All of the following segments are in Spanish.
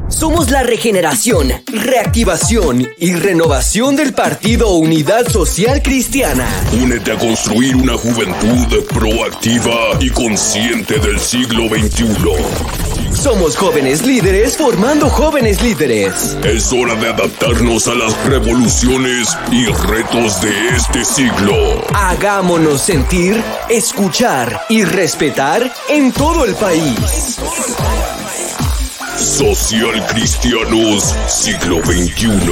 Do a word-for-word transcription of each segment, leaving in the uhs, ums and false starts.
Somos la regeneración, reactivación y renovación del Partido Unidad Social Cristiana. Únete a construir una juventud proactiva y consciente del siglo veintiuno. Somos jóvenes líderes formando jóvenes líderes. Es hora de adaptarnos a las revoluciones y retos de este siglo. Hagámonos sentir, escuchar y respetar en todo el país. Social Cristianos, siglo veintiuno.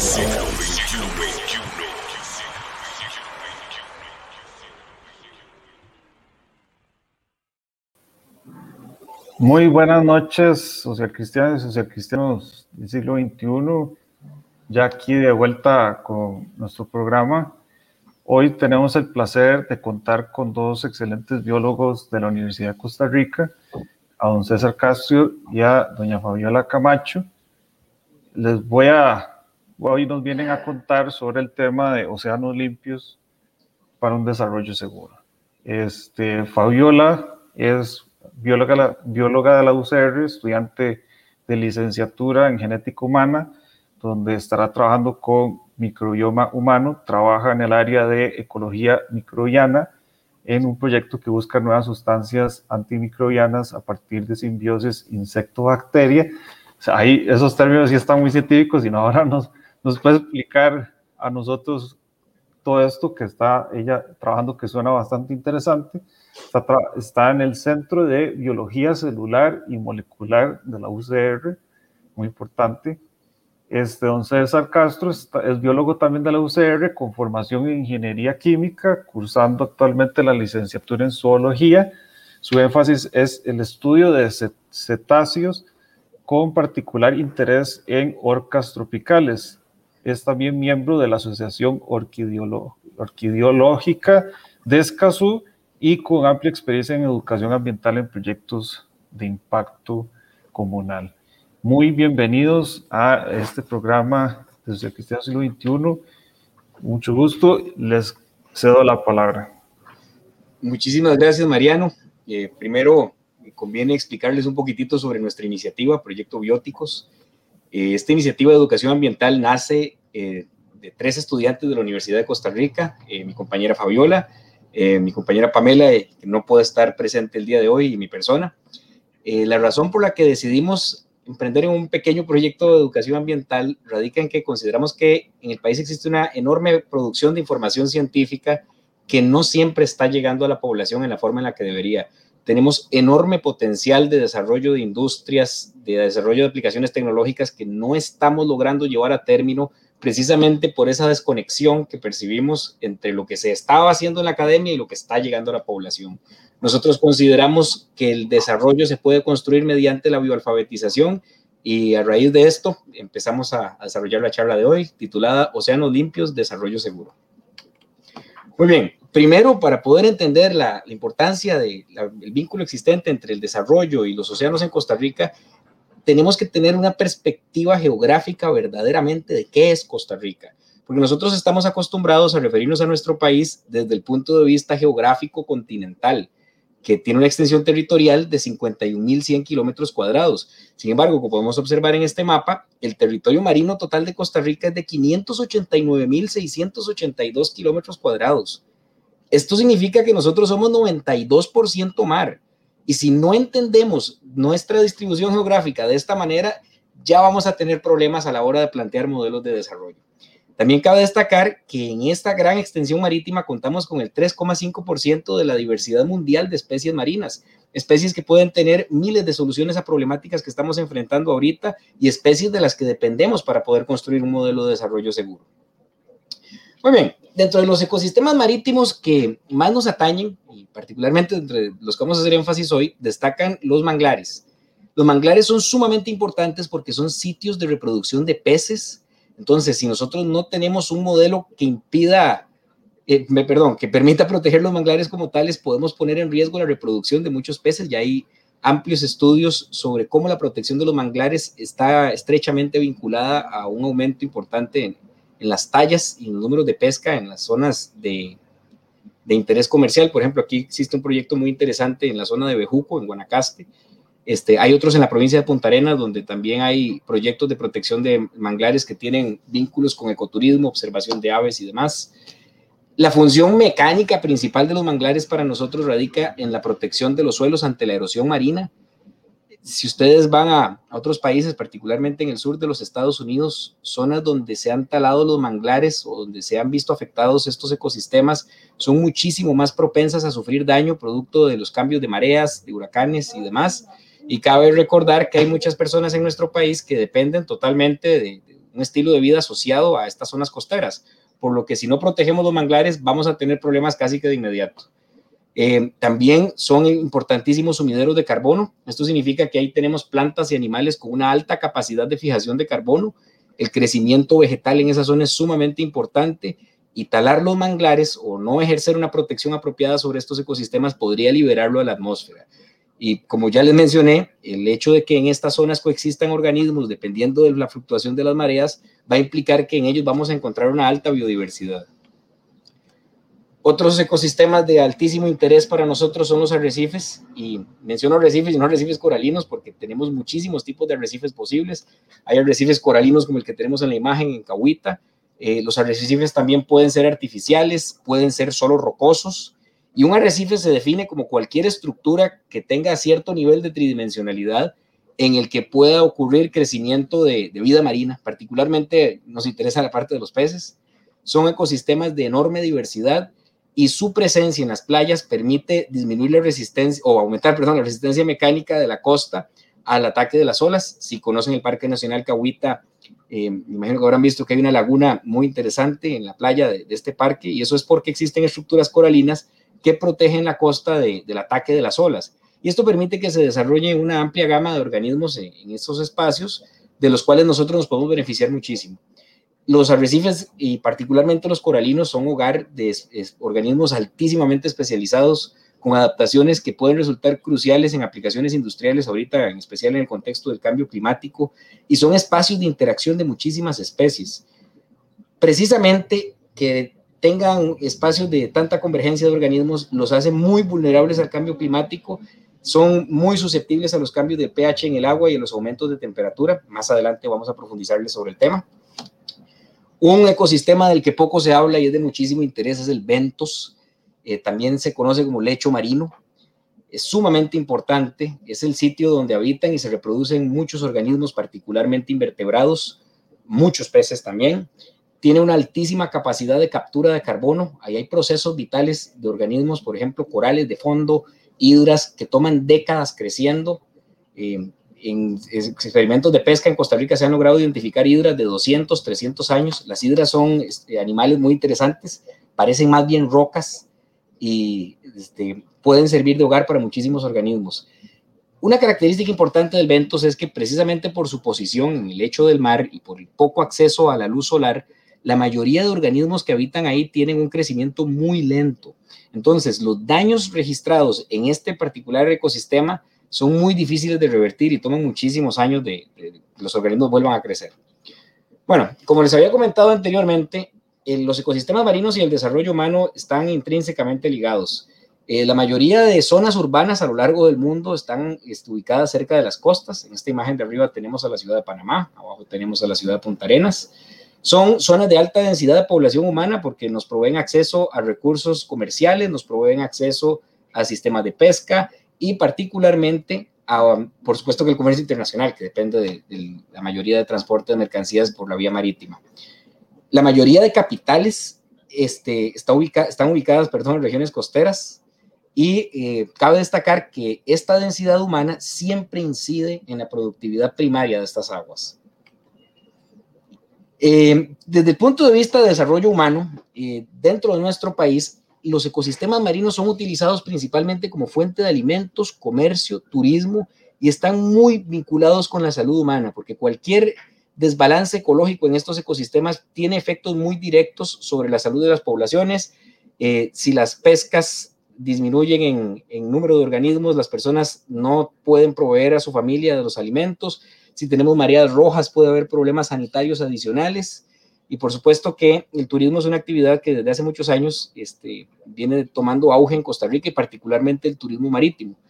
Muy buenas noches, social cristianos y social cristianos del siglo veintiuno. Ya aquí de vuelta con nuestro programa. Hoy tenemos el placer de contar con dos excelentes biólogos de la Universidad de Costa Rica, a don César Castro y a doña Fabiola Camacho. Les voy a, hoy nos vienen a contar sobre el tema de océanos limpios para un desarrollo seguro. Este, Fabiola es bióloga, bióloga de la U C R, estudiante de licenciatura en genética humana, donde estará trabajando con microbioma humano, trabaja en el área de ecología microbiana, en un proyecto que busca nuevas sustancias antimicrobianas a partir de simbiosis insecto-bacteria. O sea, ahí esos términos sí están muy científicos y no, ahora nos, nos puede explicar a nosotros todo esto que está ella trabajando, que suena bastante interesante. Está, está en el Centro de Biología Celular y Molecular de la U C R, muy importante. Este, don César Castro está, es biólogo también de la U C R, con formación en ingeniería química, cursando actualmente la licenciatura en zoología. Su énfasis es el estudio de cetáceos, con particular interés en orcas tropicales. Es también miembro de la Asociación Orquidiolo- Orquidiológica de Escazú y con amplia experiencia en educación ambiental en proyectos de impacto comunal. Muy bienvenidos a este programa de Social Cristiano Siglo veintiuno. Mucho gusto, les cedo la palabra. Muchísimas gracias, Mariano. Eh, primero, me conviene explicarles un poquitito sobre nuestra iniciativa, Proyecto Bióticos. Eh, esta iniciativa de educación ambiental nace eh, de tres estudiantes de la Universidad de Costa Rica, eh, mi compañera Fabiola, eh, mi compañera Pamela, eh, que no puede estar presente el día de hoy, y mi persona. Eh, la razón por la que decidimos emprender en un pequeño proyecto de educación ambiental radica en que consideramos que en el país existe una enorme producción de información científica que no siempre está llegando a la población en la forma en la que debería. Tenemos enorme potencial de desarrollo de industrias, de desarrollo de aplicaciones tecnológicas que no estamos logrando llevar a término precisamente por esa desconexión que percibimos entre lo que se estaba haciendo en la academia y lo que está llegando a la población. Nosotros consideramos que el desarrollo se puede construir mediante la bioalfabetización y a raíz de esto empezamos a, a desarrollar la charla de hoy titulada Océanos Limpios, Desarrollo Seguro. Muy bien, primero para poder entender la, la importancia del vínculo existente entre el desarrollo y los océanos en Costa Rica, tenemos que tener una perspectiva geográfica verdaderamente de qué es Costa Rica. Porque nosotros estamos acostumbrados a referirnos a nuestro país desde el punto de vista geográfico continental, que tiene una extensión territorial de cincuenta y un mil cien kilómetros cuadrados. Sin embargo, como podemos observar en este mapa, el territorio marino total de Costa Rica es de quinientos ochenta y nueve mil seiscientos ochenta y dos kilómetros cuadrados. Esto significa que nosotros somos noventa y dos por ciento mar. Y si no entendemos nuestra distribución geográfica de esta manera, ya vamos a tener problemas a la hora de plantear modelos de desarrollo. También cabe destacar que en esta gran extensión marítima contamos con el tres coma cinco por ciento de la diversidad mundial de especies marinas, especies que pueden tener miles de soluciones a problemáticas que estamos enfrentando ahorita y especies de las que dependemos para poder construir un modelo de desarrollo seguro. Muy bien, dentro de los ecosistemas marítimos que más nos atañen, y particularmente entre los que vamos a hacer énfasis hoy, destacan los manglares. Los manglares son sumamente importantes porque son sitios de reproducción de peces. Entonces, si nosotros no tenemos un modelo que impida, eh, me, perdón, que permita proteger los manglares como tales, podemos poner en riesgo la reproducción de muchos peces. Ya hay amplios estudios sobre cómo la protección de los manglares está estrechamente vinculada a un aumento importante en, en las tallas y en los números de pesca en las zonas de, de interés comercial. Por ejemplo, aquí existe un proyecto muy interesante en la zona de Bejuco, en Guanacaste, Este, hay otros en la provincia de Punta Arenas, donde también hay proyectos de protección de manglares que tienen vínculos con ecoturismo, observación de aves y demás. La función mecánica principal de los manglares para nosotros radica en la protección de los suelos ante la erosión marina. Si ustedes van a, a otros países, particularmente en el sur de los Estados Unidos, zonas donde se han talado los manglares o donde se han visto afectados estos ecosistemas, son muchísimo más propensas a sufrir daño producto de los cambios de mareas, de huracanes y demás. Y cabe recordar que hay muchas personas en nuestro país que dependen totalmente de, de un estilo de vida asociado a estas zonas costeras, por lo que si no protegemos los manglares vamos a tener problemas casi que de inmediato. Eh, también son importantísimos sumideros de carbono. Esto significa que ahí tenemos plantas y animales con una alta capacidad de fijación de carbono. El crecimiento vegetal en esa zona es sumamente importante y talar los manglares o no ejercer una protección apropiada sobre estos ecosistemas podría liberarlo a la atmósfera. Y como ya les mencioné, el hecho de que en estas zonas coexistan organismos dependiendo de la fluctuación de las mareas va a implicar que en ellos vamos a encontrar una alta biodiversidad. Otros ecosistemas de altísimo interés para nosotros son los arrecifes, y menciono arrecifes y no arrecifes coralinos porque tenemos muchísimos tipos de arrecifes posibles. Hay arrecifes coralinos como el que tenemos en la imagen en Cahuita. Eh, los arrecifes también pueden ser artificiales, pueden ser solo rocosos. Y un arrecife se define como cualquier estructura que tenga cierto nivel de tridimensionalidad en el que pueda ocurrir crecimiento de, de vida marina. Particularmente nos interesa la parte de los peces. Son ecosistemas de enorme diversidad y su presencia en las playas permite disminuir la resistencia o aumentar, perdón, la resistencia mecánica de la costa al ataque de las olas. Si conocen el Parque Nacional Cahuita, eh, me imagino que habrán visto que hay una laguna muy interesante en la playa de, de este parque, y eso es porque existen estructuras coralinas que protegen la costa de, del ataque de las olas. Y esto permite que se desarrolle una amplia gama de organismos en, en estos espacios, de los cuales nosotros nos podemos beneficiar muchísimo. Los arrecifes, y particularmente los coralinos, son hogar de es, es, organismos altísimamente especializados, con adaptaciones que pueden resultar cruciales en aplicaciones industriales, ahorita en especial en el contexto del cambio climático, y son espacios de interacción de muchísimas especies. Precisamente que tengan espacios de tanta convergencia de organismos los hace muy vulnerables al cambio climático, son muy susceptibles a los cambios de pH en el agua y a los aumentos de temperatura. Más adelante vamos a profundizarles sobre el tema. Un ecosistema del que poco se habla y es de muchísimo interés es el bentos, eh, también se conoce como lecho marino. Es sumamente importante, es el sitio donde habitan y se reproducen muchos organismos, particularmente invertebrados, muchos peces también. Tiene una altísima capacidad de captura de carbono. Ahí hay procesos vitales de organismos, por ejemplo, corales de fondo, hidras que toman décadas creciendo. Eh, en experimentos de pesca en Costa Rica se han logrado identificar hidras de doscientos, trescientos años. Las hidras son este, animales muy interesantes, parecen más bien rocas y este, pueden servir de hogar para muchísimos organismos. Una característica importante del bentos es que precisamente por su posición en el lecho del mar y por el poco acceso a la luz solar, la mayoría de organismos que habitan ahí tienen un crecimiento muy lento. Entonces, los daños registrados en este particular ecosistema son muy difíciles de revertir y toman muchísimos años de que los organismos vuelvan a crecer. Bueno, como les había comentado anteriormente, eh, los ecosistemas marinos y el desarrollo humano están intrínsecamente ligados. Eh, la mayoría de zonas urbanas a lo largo del mundo están este, ubicadas cerca de las costas. En esta imagen de arriba tenemos a la ciudad de Panamá, abajo tenemos a la ciudad de Punta Arenas. Son zonas de alta densidad de población humana porque nos proveen acceso a recursos comerciales, nos proveen acceso a sistemas de pesca y particularmente, a, por supuesto, que el comercio internacional, que depende de, de la mayoría de transporte de mercancías por la vía marítima. La mayoría de capitales este, está ubica, están ubicadas perdón, en regiones costeras y eh, cabe destacar que esta densidad humana siempre incide en la productividad primaria de estas aguas. Eh, desde el punto de vista de desarrollo humano, eh, dentro de nuestro país, los ecosistemas marinos son utilizados principalmente como fuente de alimentos, comercio, turismo, y están muy vinculados con la salud humana, porque cualquier desbalance ecológico en estos ecosistemas tiene efectos muy directos sobre la salud de las poblaciones. Eh, si las pescas disminuyen en, en número de organismos, las personas no pueden proveer a su familia de los alimentos. Si tenemos mareas rojas, puede haber problemas sanitarios adicionales. Y por supuesto que el turismo es una actividad que desde hace muchos años este, viene tomando auge en Costa Rica y particularmente el turismo marítimo.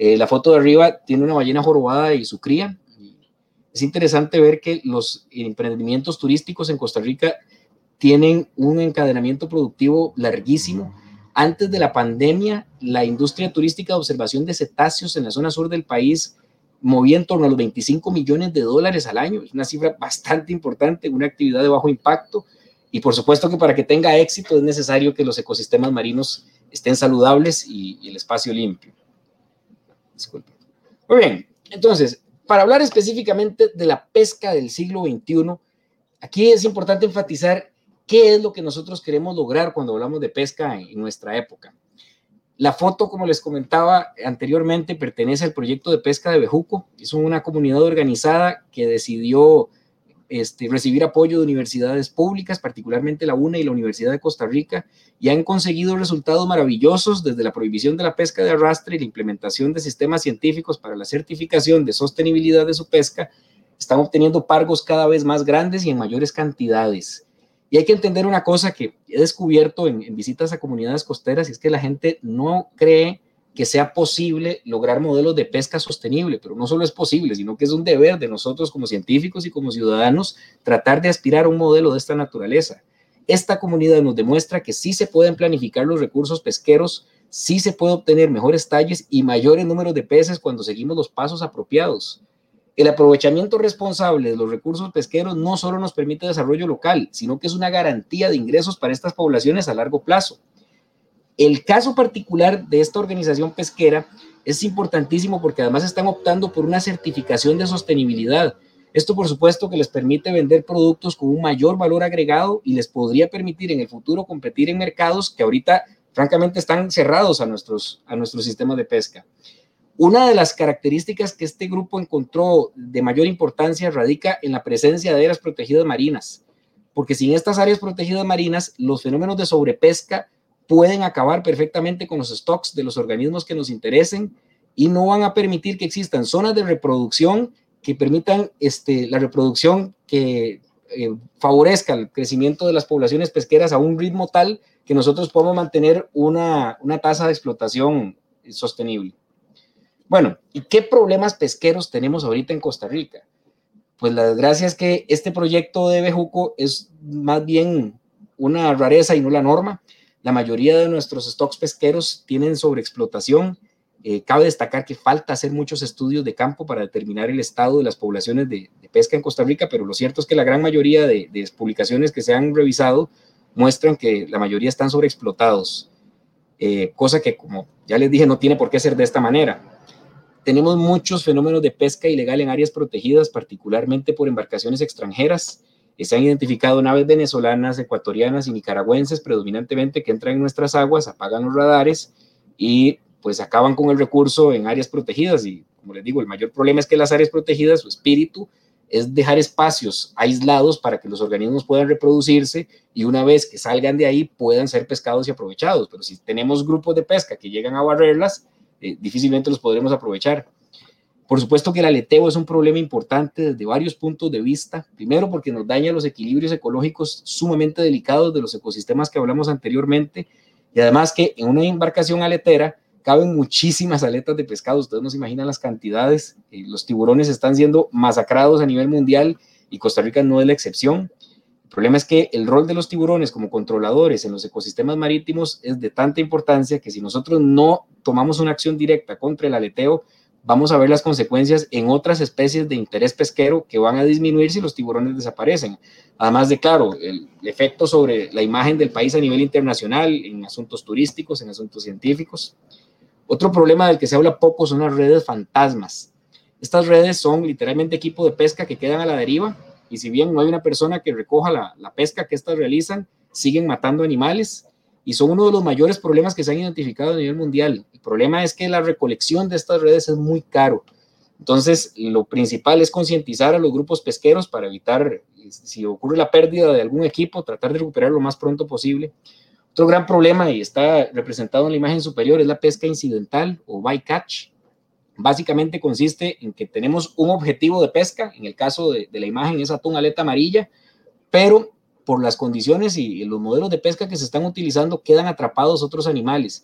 Eh, la foto de arriba tiene una ballena jorobada y su cría. Es interesante ver que los emprendimientos turísticos en Costa Rica tienen un encadenamiento productivo larguísimo. Antes de la pandemia, la industria turística de observación de cetáceos en la zona sur del país movía en torno a los veinticinco millones de dólares al año. Es una cifra bastante importante, una actividad de bajo impacto. Y por supuesto que para que tenga éxito es necesario que los ecosistemas marinos estén saludables y, y el espacio limpio. Disculpen. Muy bien, entonces, para hablar específicamente de la pesca del siglo veintiuno, aquí es importante enfatizar qué es lo que nosotros queremos lograr cuando hablamos de pesca en, en nuestra época. La foto, como les comentaba anteriormente, pertenece al proyecto de pesca de Bejuco. Es una comunidad organizada que decidió este, recibir apoyo de universidades públicas, particularmente la UNA y la Universidad de Costa Rica, y han conseguido resultados maravillosos desde la prohibición de la pesca de arrastre y la implementación de sistemas científicos para la certificación de sostenibilidad de su pesca. Están obteniendo pargos cada vez más grandes y en mayores cantidades. Y hay que entender una cosa que he descubierto en, en visitas a comunidades costeras, y es que la gente no cree que sea posible lograr modelos de pesca sostenible, pero no solo es posible, sino que es un deber de nosotros como científicos y como ciudadanos tratar de aspirar a un modelo de esta naturaleza. Esta comunidad nos demuestra que sí se pueden planificar los recursos pesqueros, sí se puede obtener mejores talles y mayores números de peces cuando seguimos los pasos apropiados. El aprovechamiento responsable de los recursos pesqueros no solo nos permite desarrollo local, sino que es una garantía de ingresos para estas poblaciones a largo plazo. El caso particular de esta organización pesquera es importantísimo porque además están optando por una certificación de sostenibilidad. Esto, por supuesto, que les permite vender productos con un mayor valor agregado y les podría permitir en el futuro competir en mercados que ahorita, francamente, están cerrados a nuestros, a nuestros sistemas de pesca. Una de las características que este grupo encontró de mayor importancia radica en la presencia de áreas protegidas marinas, porque sin estas áreas protegidas marinas, los fenómenos de sobrepesca pueden acabar perfectamente con los stocks de los organismos que nos interesen y no van a permitir que existan zonas de reproducción que permitan este, la reproducción que eh, favorezca el crecimiento de las poblaciones pesqueras a un ritmo tal que nosotros podamos mantener una, una tasa de explotación sostenible. Bueno, ¿y qué problemas pesqueros tenemos ahorita en Costa Rica? Pues la desgracia es que este proyecto de Bejuco es más bien una rareza y no la norma. La mayoría de nuestros stocks pesqueros tienen sobreexplotación. Eh, cabe destacar que falta hacer muchos estudios de campo para determinar el estado de las poblaciones de, de pesca en Costa Rica, pero lo cierto es que la gran mayoría de, de publicaciones que se han revisado muestran que la mayoría están sobreexplotados, eh, cosa que, como ya les dije, no tiene por qué ser de esta manera. Tenemos muchos fenómenos de pesca ilegal en áreas protegidas, particularmente por embarcaciones extranjeras. Se han identificado naves venezolanas, ecuatorianas y nicaragüenses predominantemente que entran en nuestras aguas, apagan los radares y pues acaban con el recurso en áreas protegidas. Y como les digo, el mayor problema es que las áreas protegidas, su espíritu es dejar espacios aislados para que los organismos puedan reproducirse y una vez que salgan de ahí puedan ser pescados y aprovechados. Pero si tenemos grupos de pesca que llegan a barrerlas, eh, difícilmente los podremos aprovechar. Por supuesto que el aleteo es un problema importante desde varios puntos de vista. Primero, porque nos daña los equilibrios ecológicos sumamente delicados de los ecosistemas que hablamos anteriormente. Y además que en una embarcación aletera caben muchísimas aletas de pescado. Ustedes no se imaginan las cantidades. Eh, los tiburones están siendo masacrados a nivel mundial y Costa Rica no es la excepción. El problema es que el rol de los tiburones como controladores en los ecosistemas marítimos es de tanta importancia que si nosotros no tomamos una acción directa contra el aleteo, vamos a ver las consecuencias en otras especies de interés pesquero que van a disminuir si los tiburones desaparecen. Además de, claro, el efecto sobre la imagen del país a nivel internacional, en asuntos turísticos, en asuntos científicos. Otro problema del que se habla poco son las redes fantasmas. Estas redes son literalmente equipo de pesca que quedan a la deriva y si bien no hay una persona que recoja la, la pesca que estas realizan, siguen matando animales y son uno de los mayores problemas que se han identificado a nivel mundial. El problema es que la recolección de estas redes es muy caro. Entonces, lo principal es concientizar a los grupos pesqueros para evitar, si ocurre la pérdida de algún equipo, tratar de recuperar lo más pronto posible. Otro gran problema, y está representado en la imagen superior, es la pesca incidental o bycatch. Básicamente consiste en que tenemos un objetivo de pesca, en el caso de, de la imagen es atún aleta amarilla, pero por las condiciones y los modelos de pesca que se están utilizando quedan atrapados otros animales.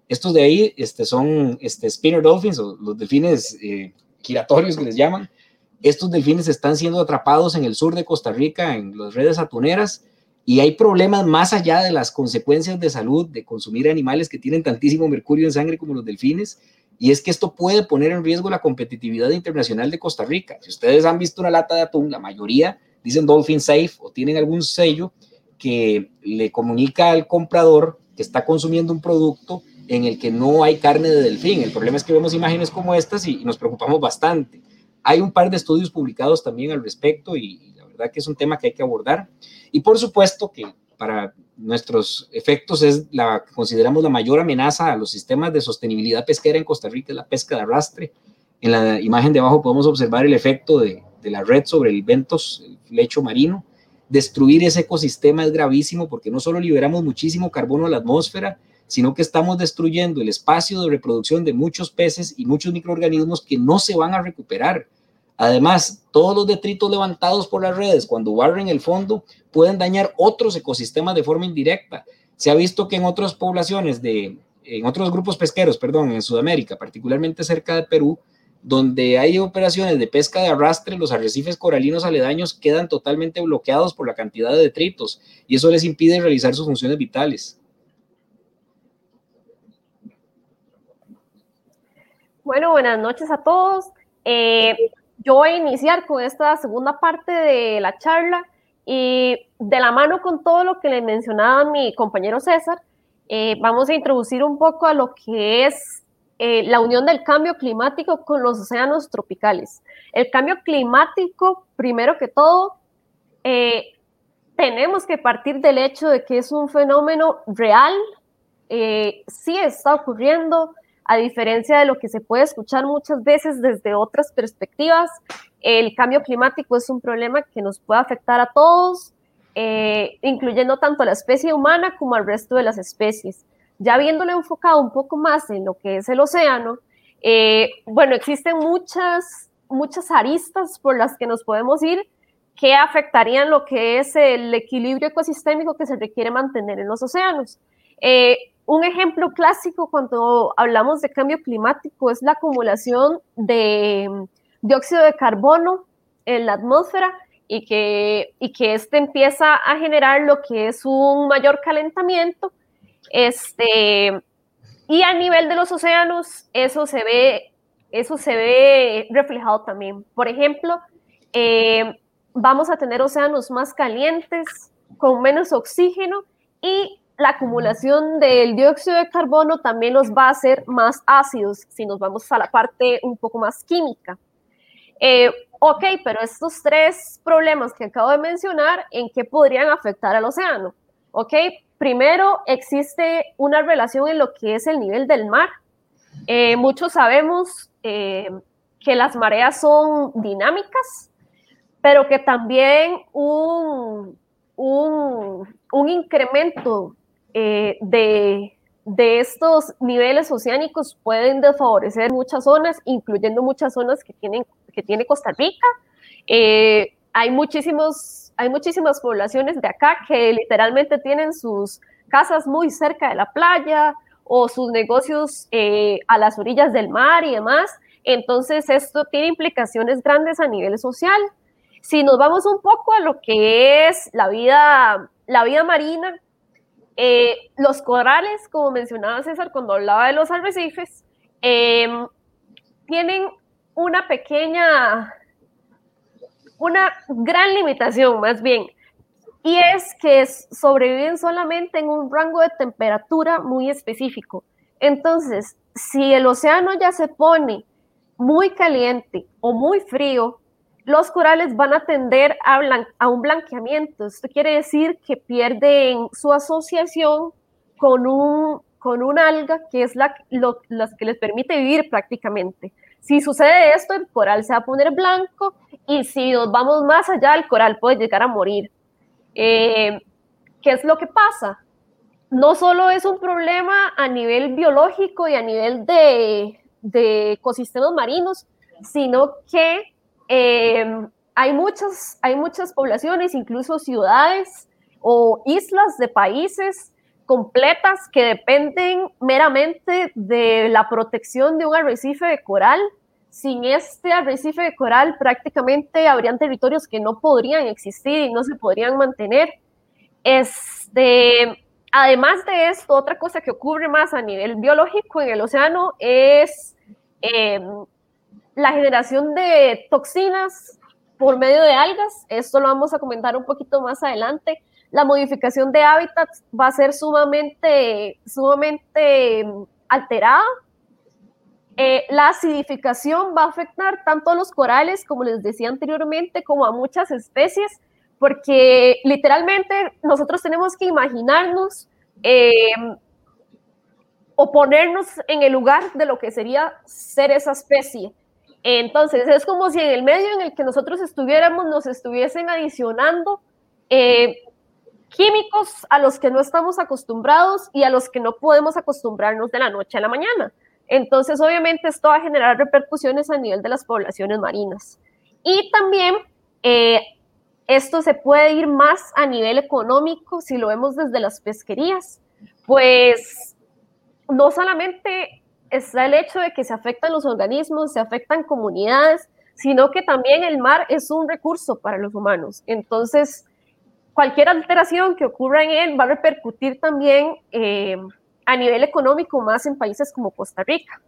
Estos de ahí este, son este, spinner dolphins, o los delfines eh, giratorios que les llaman. Estos delfines están siendo atrapados en el sur de Costa Rica, en las redes atuneras, y hay problemas más allá de las consecuencias de salud de consumir animales que tienen tantísimo mercurio en sangre como los delfines, y es que esto puede poner en riesgo la competitividad internacional de Costa Rica. Si ustedes han visto una lata de atún, la mayoría dicen Dolphin Safe o tienen algún sello que le comunica al comprador que está consumiendo un producto en el que no hay carne de delfín. El problema es que vemos imágenes como estas y, y nos preocupamos bastante. Hay un par de estudios publicados también al respecto y, y la verdad que es un tema que hay que abordar. Y por supuesto que para nuestros efectos es la, consideramos la mayor amenaza a los sistemas de sostenibilidad pesquera en Costa Rica, es la pesca de arrastre. En la imagen de abajo podemos observar el efecto de, de la red sobre el bentos, el lecho marino. Destruir ese ecosistema es gravísimo porque no solo liberamos muchísimo carbono a la atmósfera, sino que estamos destruyendo el espacio de reproducción de muchos peces y muchos microorganismos que no se van a recuperar. Además, todos los detritos levantados por las redes cuando barren el fondo pueden dañar otros ecosistemas de forma indirecta. Se ha visto que en otras poblaciones, de, en otros grupos pesqueros, perdón, en Sudamérica, particularmente cerca de Perú, donde hay operaciones de pesca de arrastre, los arrecifes coralinos aledaños quedan totalmente bloqueados por la cantidad de detritos y eso les impide realizar sus funciones vitales. Bueno, buenas noches a todos. Eh, yo voy a iniciar con esta segunda parte de la charla y de la mano con todo lo que le mencionaba mi compañero César, eh, vamos a introducir un poco a lo que es eh, la unión del cambio climático con los océanos tropicales. El cambio climático, primero que todo, eh, tenemos que partir del hecho de que es un fenómeno real, eh, sí está ocurriendo, a diferencia de lo que se puede escuchar muchas veces desde otras perspectivas. El cambio climático es un problema que nos puede afectar a todos, eh, incluyendo tanto a la especie humana como al resto de las especies. Ya viéndolo enfocado un poco más en lo que es el océano, eh, bueno, existen muchas, muchas aristas por las que nos podemos ir que afectarían lo que es el equilibrio ecosistémico que se requiere mantener en los océanos. Eh, Un ejemplo clásico cuando hablamos de cambio climático es la acumulación de dióxido de carbono en la atmósfera y que, y que este empieza a generar lo que es un mayor calentamiento. Este, y a nivel de los océanos, eso se ve, eso se ve reflejado también. Por ejemplo, eh, vamos a tener océanos más calientes, con menos oxígeno y la acumulación del dióxido de carbono también los va a hacer más ácidos, si nos vamos a la parte un poco más química. Eh, ok, pero estos tres problemas que acabo de mencionar, ¿en qué podrían afectar al océano? Ok, primero existe una relación en lo que es el nivel del mar. Eh, muchos sabemos eh, que las mareas son dinámicas, pero que también un, un, un incremento Eh, de, de estos niveles oceánicos pueden desfavorecer muchas zonas, incluyendo muchas zonas que, tienen, que tiene Costa Rica. Eh, hay, muchísimos, hay muchísimas poblaciones de acá que literalmente tienen sus casas muy cerca de la playa o sus negocios eh, a las orillas del mar y demás. Entonces esto tiene implicaciones grandes a nivel social. Si nos vamos un poco a lo que es la vida, la vida marina, Eh, los corales, como mencionaba César cuando hablaba de los arrecifes, eh, tienen una pequeña, una gran limitación más bien, y es que sobreviven solamente en un rango de temperatura muy específico. Entonces, si el océano ya se pone muy caliente o muy frío, los corales van a tender a, blan- a un blanqueamiento. Esto quiere decir que pierden su asociación con un, con un alga que es la lo, las que les permite vivir prácticamente. Si sucede esto, el coral se va a poner blanco y si nos vamos más allá, el coral puede llegar a morir. Eh, ¿Qué es lo que pasa? No solo es un problema a nivel biológico y a nivel de, de ecosistemas marinos, sino que Eh, hay, muchas, hay muchas poblaciones, incluso ciudades o islas de países completas que dependen meramente de la protección de un arrecife de coral. Sin este arrecife de coral prácticamente habrían territorios que no podrían existir y no se podrían mantener. Este, además de esto, otra cosa que ocurre más a nivel biológico en el océano es eh, la generación de toxinas por medio de algas. Esto lo vamos a comentar un poquito más adelante. La modificación de hábitats va a ser sumamente, sumamente alterada. Eh, la acidificación va a afectar tanto a los corales, como les decía anteriormente, como a muchas especies, porque literalmente nosotros tenemos que imaginarnos eh, o ponernos en el lugar de lo que sería ser esa especie. Entonces, es como si en el medio en el que nosotros estuviéramos nos estuviesen adicionando eh, químicos a los que no estamos acostumbrados y a los que no podemos acostumbrarnos de la noche a la mañana. Entonces, obviamente, esto va a generar repercusiones a nivel de las poblaciones marinas. Y también, eh, esto se puede ir más a nivel económico si lo vemos desde las pesquerías, pues no solamente está el hecho de que se afectan los organismos, se afectan comunidades, sino que también el mar es un recurso para los humanos. Entonces, cualquier alteración que ocurra en él va a repercutir también eh, a nivel económico, más en países como Costa Rica.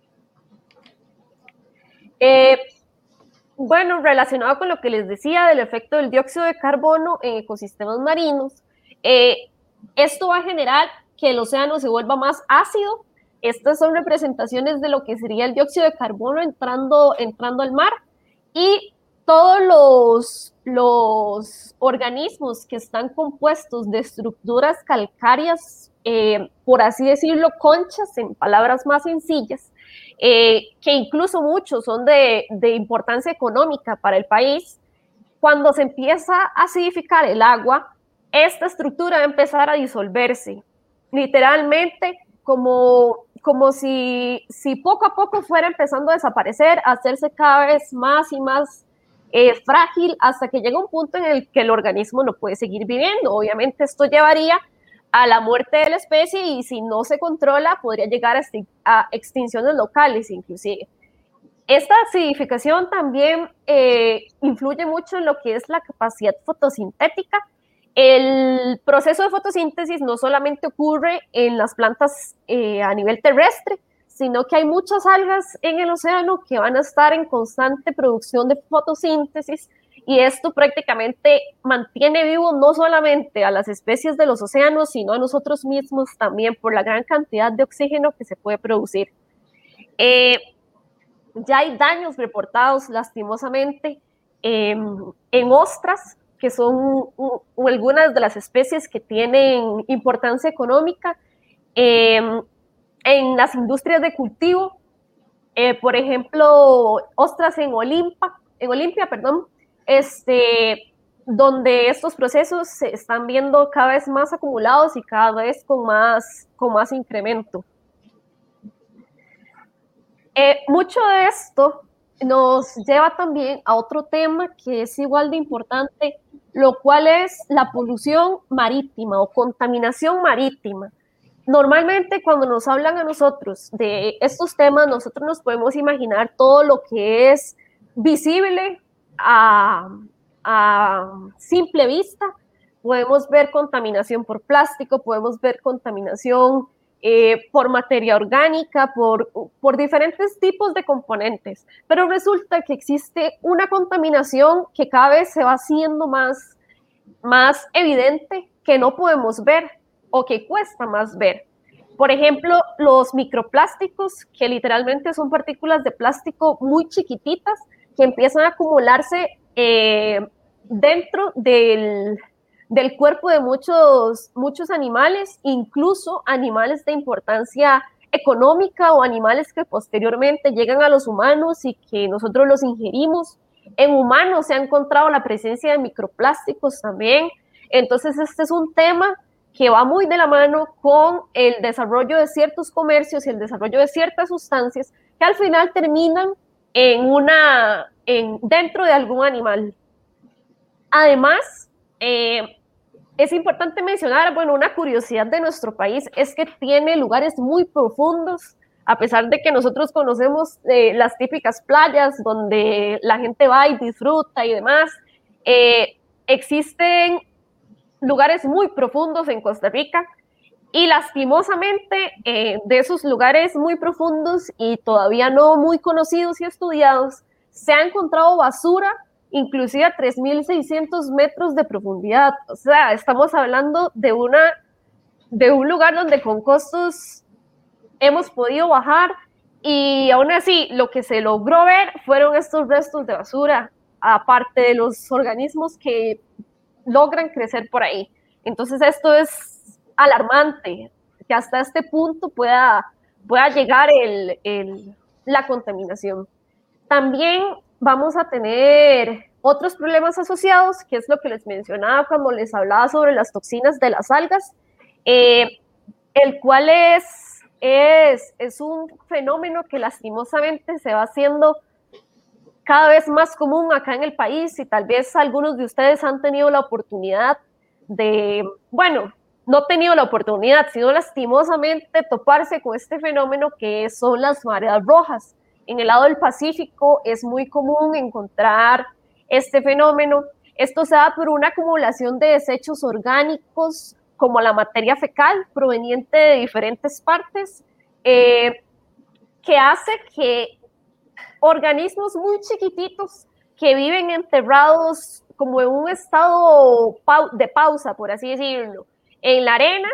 Eh, bueno, relacionado con lo que les decía del efecto del dióxido de carbono en ecosistemas marinos, eh, esto va a generar que el océano se vuelva más ácido. Estas son representaciones de lo que sería el dióxido de carbono entrando, entrando al mar, y todos los, los organismos que están compuestos de estructuras calcáreas, eh, por así decirlo, conchas, en palabras más sencillas, eh, que incluso muchos son de, de importancia económica para el país, cuando se empieza a acidificar el agua, esta estructura va a empezar a disolverse, literalmente como, como si, si poco a poco fuera empezando a desaparecer, a hacerse cada vez más y más eh, frágil, hasta que llega un punto en el que el organismo no puede seguir viviendo. Obviamente esto llevaría a la muerte de la especie, y si no se controla podría llegar a, a extinciones locales inclusive. Esta acidificación también eh, influye mucho en lo que es la capacidad fotosintética. El proceso de fotosíntesis no solamente ocurre en las plantas eh, a nivel terrestre, sino que hay muchas algas en el océano que van a estar en constante producción de fotosíntesis, y esto prácticamente mantiene vivo no solamente a las especies de los océanos, sino a nosotros mismos también, por la gran cantidad de oxígeno que se puede producir. Eh, ya hay daños reportados lastimosamente eh, en ostras, que son uh, uh, algunas de las especies que tienen importancia económica, eh, en las industrias de cultivo, eh, por ejemplo, ostras en Olimpa, en Olimpia, perdón, este, donde estos procesos se están viendo cada vez más acumulados y cada vez con más, con más incremento. Eh, mucho de esto nos lleva también a otro tema que es igual de importante, lo cual es la polución marítima o contaminación marítima. Normalmente cuando nos hablan a nosotros de estos temas, nosotros nos podemos imaginar todo lo que es visible a, a simple vista. Podemos ver contaminación por plástico, podemos ver contaminación Eh, por materia orgánica, por, por diferentes tipos de componentes, pero resulta que existe una contaminación que cada vez se va haciendo más, más evidente, que no podemos ver o que cuesta más ver. Por ejemplo, los microplásticos, que literalmente son partículas de plástico muy chiquititas que empiezan a acumularse eh, dentro del del cuerpo de muchos, muchos animales, incluso animales de importancia económica o animales que posteriormente llegan a los humanos y que nosotros los ingerimos. En humanos se ha encontrado la presencia de microplásticos también. Entonces este es un tema que va muy de la mano con el desarrollo de ciertos comercios y el desarrollo de ciertas sustancias que al final terminan en una, en, dentro de algún animal. Además, Eh, es importante mencionar, bueno, una curiosidad de nuestro país es que tiene lugares muy profundos, a pesar de que nosotros conocemos eh, las típicas playas donde la gente va y disfruta y demás, eh, existen lugares muy profundos en Costa Rica y lastimosamente eh, de esos lugares muy profundos y todavía no muy conocidos y estudiados, se ha encontrado basura inclusive a tres mil seiscientos metros de profundidad. O sea, estamos hablando de, una, de un lugar donde con costos hemos podido bajar y aún así lo que se logró ver fueron estos restos de basura, aparte de los organismos que logran crecer por ahí. Entonces esto es alarmante, que hasta este punto pueda, pueda llegar el, el, la contaminación. También vamos a tener otros problemas asociados, que es lo que les mencionaba cuando les hablaba sobre las toxinas de las algas, eh, el cual es, es, es un fenómeno que lastimosamente se va haciendo cada vez más común acá en el país y tal vez algunos de ustedes han tenido la oportunidad de, bueno, no tenido la oportunidad, sino lastimosamente toparse con este fenómeno que son las mareas rojas. En el lado del Pacífico es muy común encontrar este fenómeno. Esto se da por una acumulación de desechos orgánicos como la materia fecal proveniente de diferentes partes, eh, que hace que organismos muy chiquititos que viven enterrados como en un estado de pausa, por así decirlo, en la arena,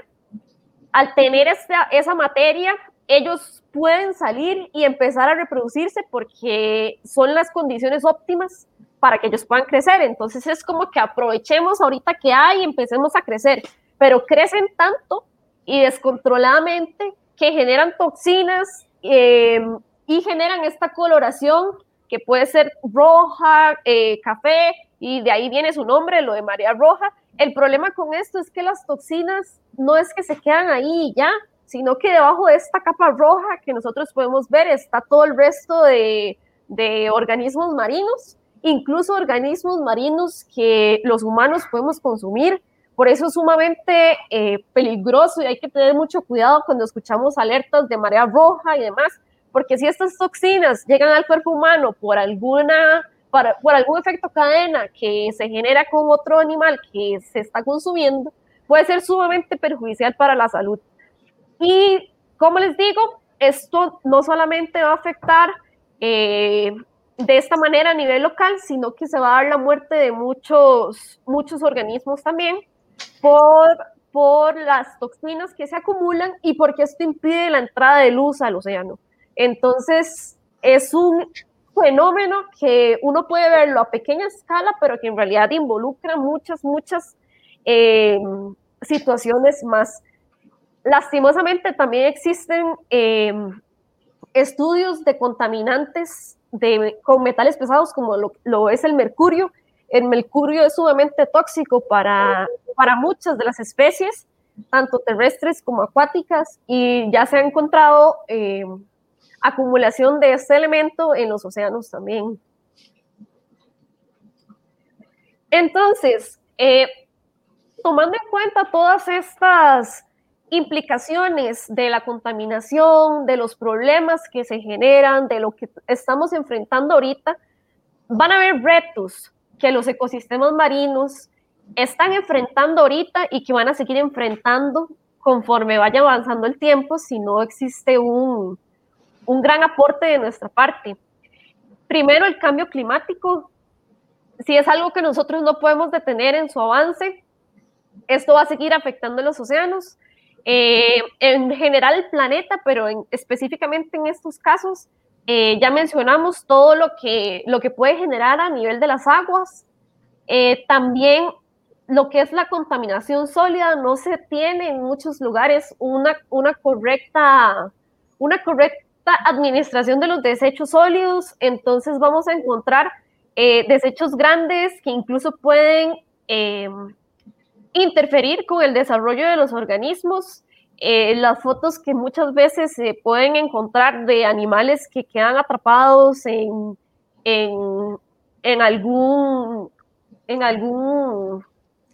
al tener esta, esa materia, ellos pueden salir y empezar a reproducirse porque son las condiciones óptimas para que ellos puedan crecer. Entonces es como que aprovechemos ahorita que hay y empecemos a crecer, pero crecen tanto y descontroladamente que generan toxinas eh, y generan esta coloración que puede ser roja, eh, café, y de ahí viene su nombre, lo de marea roja. El problema con esto es que las toxinas no es que se quedan ahí y ya, sino que debajo de esta capa roja que nosotros podemos ver está todo el resto de, de organismos marinos, incluso organismos marinos que los humanos podemos consumir. Por eso es sumamente eh, peligroso y hay que tener mucho cuidado cuando escuchamos alertas de marea roja y demás, porque si estas toxinas llegan al cuerpo humano por alguna, para, por algún efecto cadena que se genera con otro animal que se está consumiendo, puede ser sumamente perjudicial para la salud. Y como les digo, esto no solamente va a afectar eh, de esta manera a nivel local, sino que se va a dar la muerte de muchos, muchos organismos también por, por las toxinas que se acumulan y porque esto impide la entrada de luz al océano. Entonces, es un fenómeno que uno puede verlo a pequeña escala, pero que en realidad involucra muchas, muchas eh, situaciones más. Lastimosamente, también existen eh, estudios de contaminantes de, con metales pesados, como lo, lo es el mercurio. El mercurio es sumamente tóxico para, para muchas de las especies, tanto terrestres como acuáticas, y ya se ha encontrado eh, acumulación de este elemento en los océanos también. Entonces, eh, tomando en cuenta todas estas implicaciones de la contaminación, de los problemas que se generan, de lo que estamos enfrentando ahorita, van a haber retos que los ecosistemas marinos están enfrentando ahorita y que van a seguir enfrentando conforme vaya avanzando el tiempo si no existe un, un gran aporte de nuestra parte. Primero, el cambio climático. Si es algo que nosotros no podemos detener en su avance, esto va a seguir afectando los océanos, eh, en general el planeta, pero en, específicamente en estos casos, eh, ya mencionamos todo lo que, lo que puede generar a nivel de las aguas. Eh, también lo que es la contaminación sólida, no se tiene en muchos lugares una, una, correcta, una correcta administración de los desechos sólidos, entonces vamos a encontrar eh, desechos grandes que incluso pueden eh, interferir con el desarrollo de los organismos. Eh, las fotos que muchas veces se pueden encontrar de animales que quedan atrapados en, en, en algún, en algún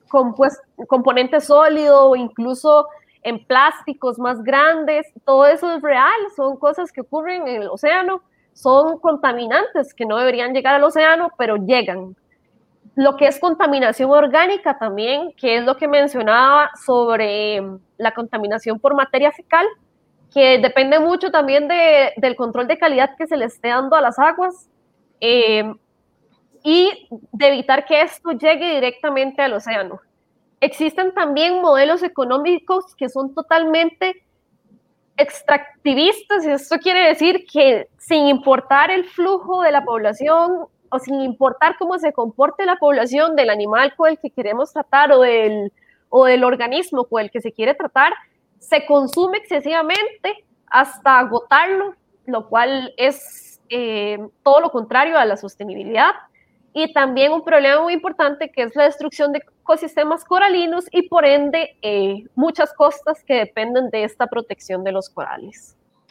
compuest, componente sólido o incluso en plásticos más grandes. Todo eso es real, son cosas que ocurren en el océano, son contaminantes que no deberían llegar al océano, pero llegan. Lo que es contaminación orgánica también, que es lo que mencionaba sobre la contaminación por materia fecal, que depende mucho también de, del control de calidad que se le esté dando a las aguas, eh, y de evitar que esto llegue directamente al océano. Existen también modelos económicos que son totalmente extractivistas, y esto quiere decir que sin importar el flujo de la población o sin importar cómo se comporte la población del animal con el que queremos tratar o del, o del organismo con el que se quiere tratar, se consume excesivamente hasta agotarlo, lo cual es eh, todo lo contrario a la sostenibilidad. Y también un problema muy importante que es la destrucción de ecosistemas coralinos y por ende eh, muchas costas que dependen de esta protección de los corales.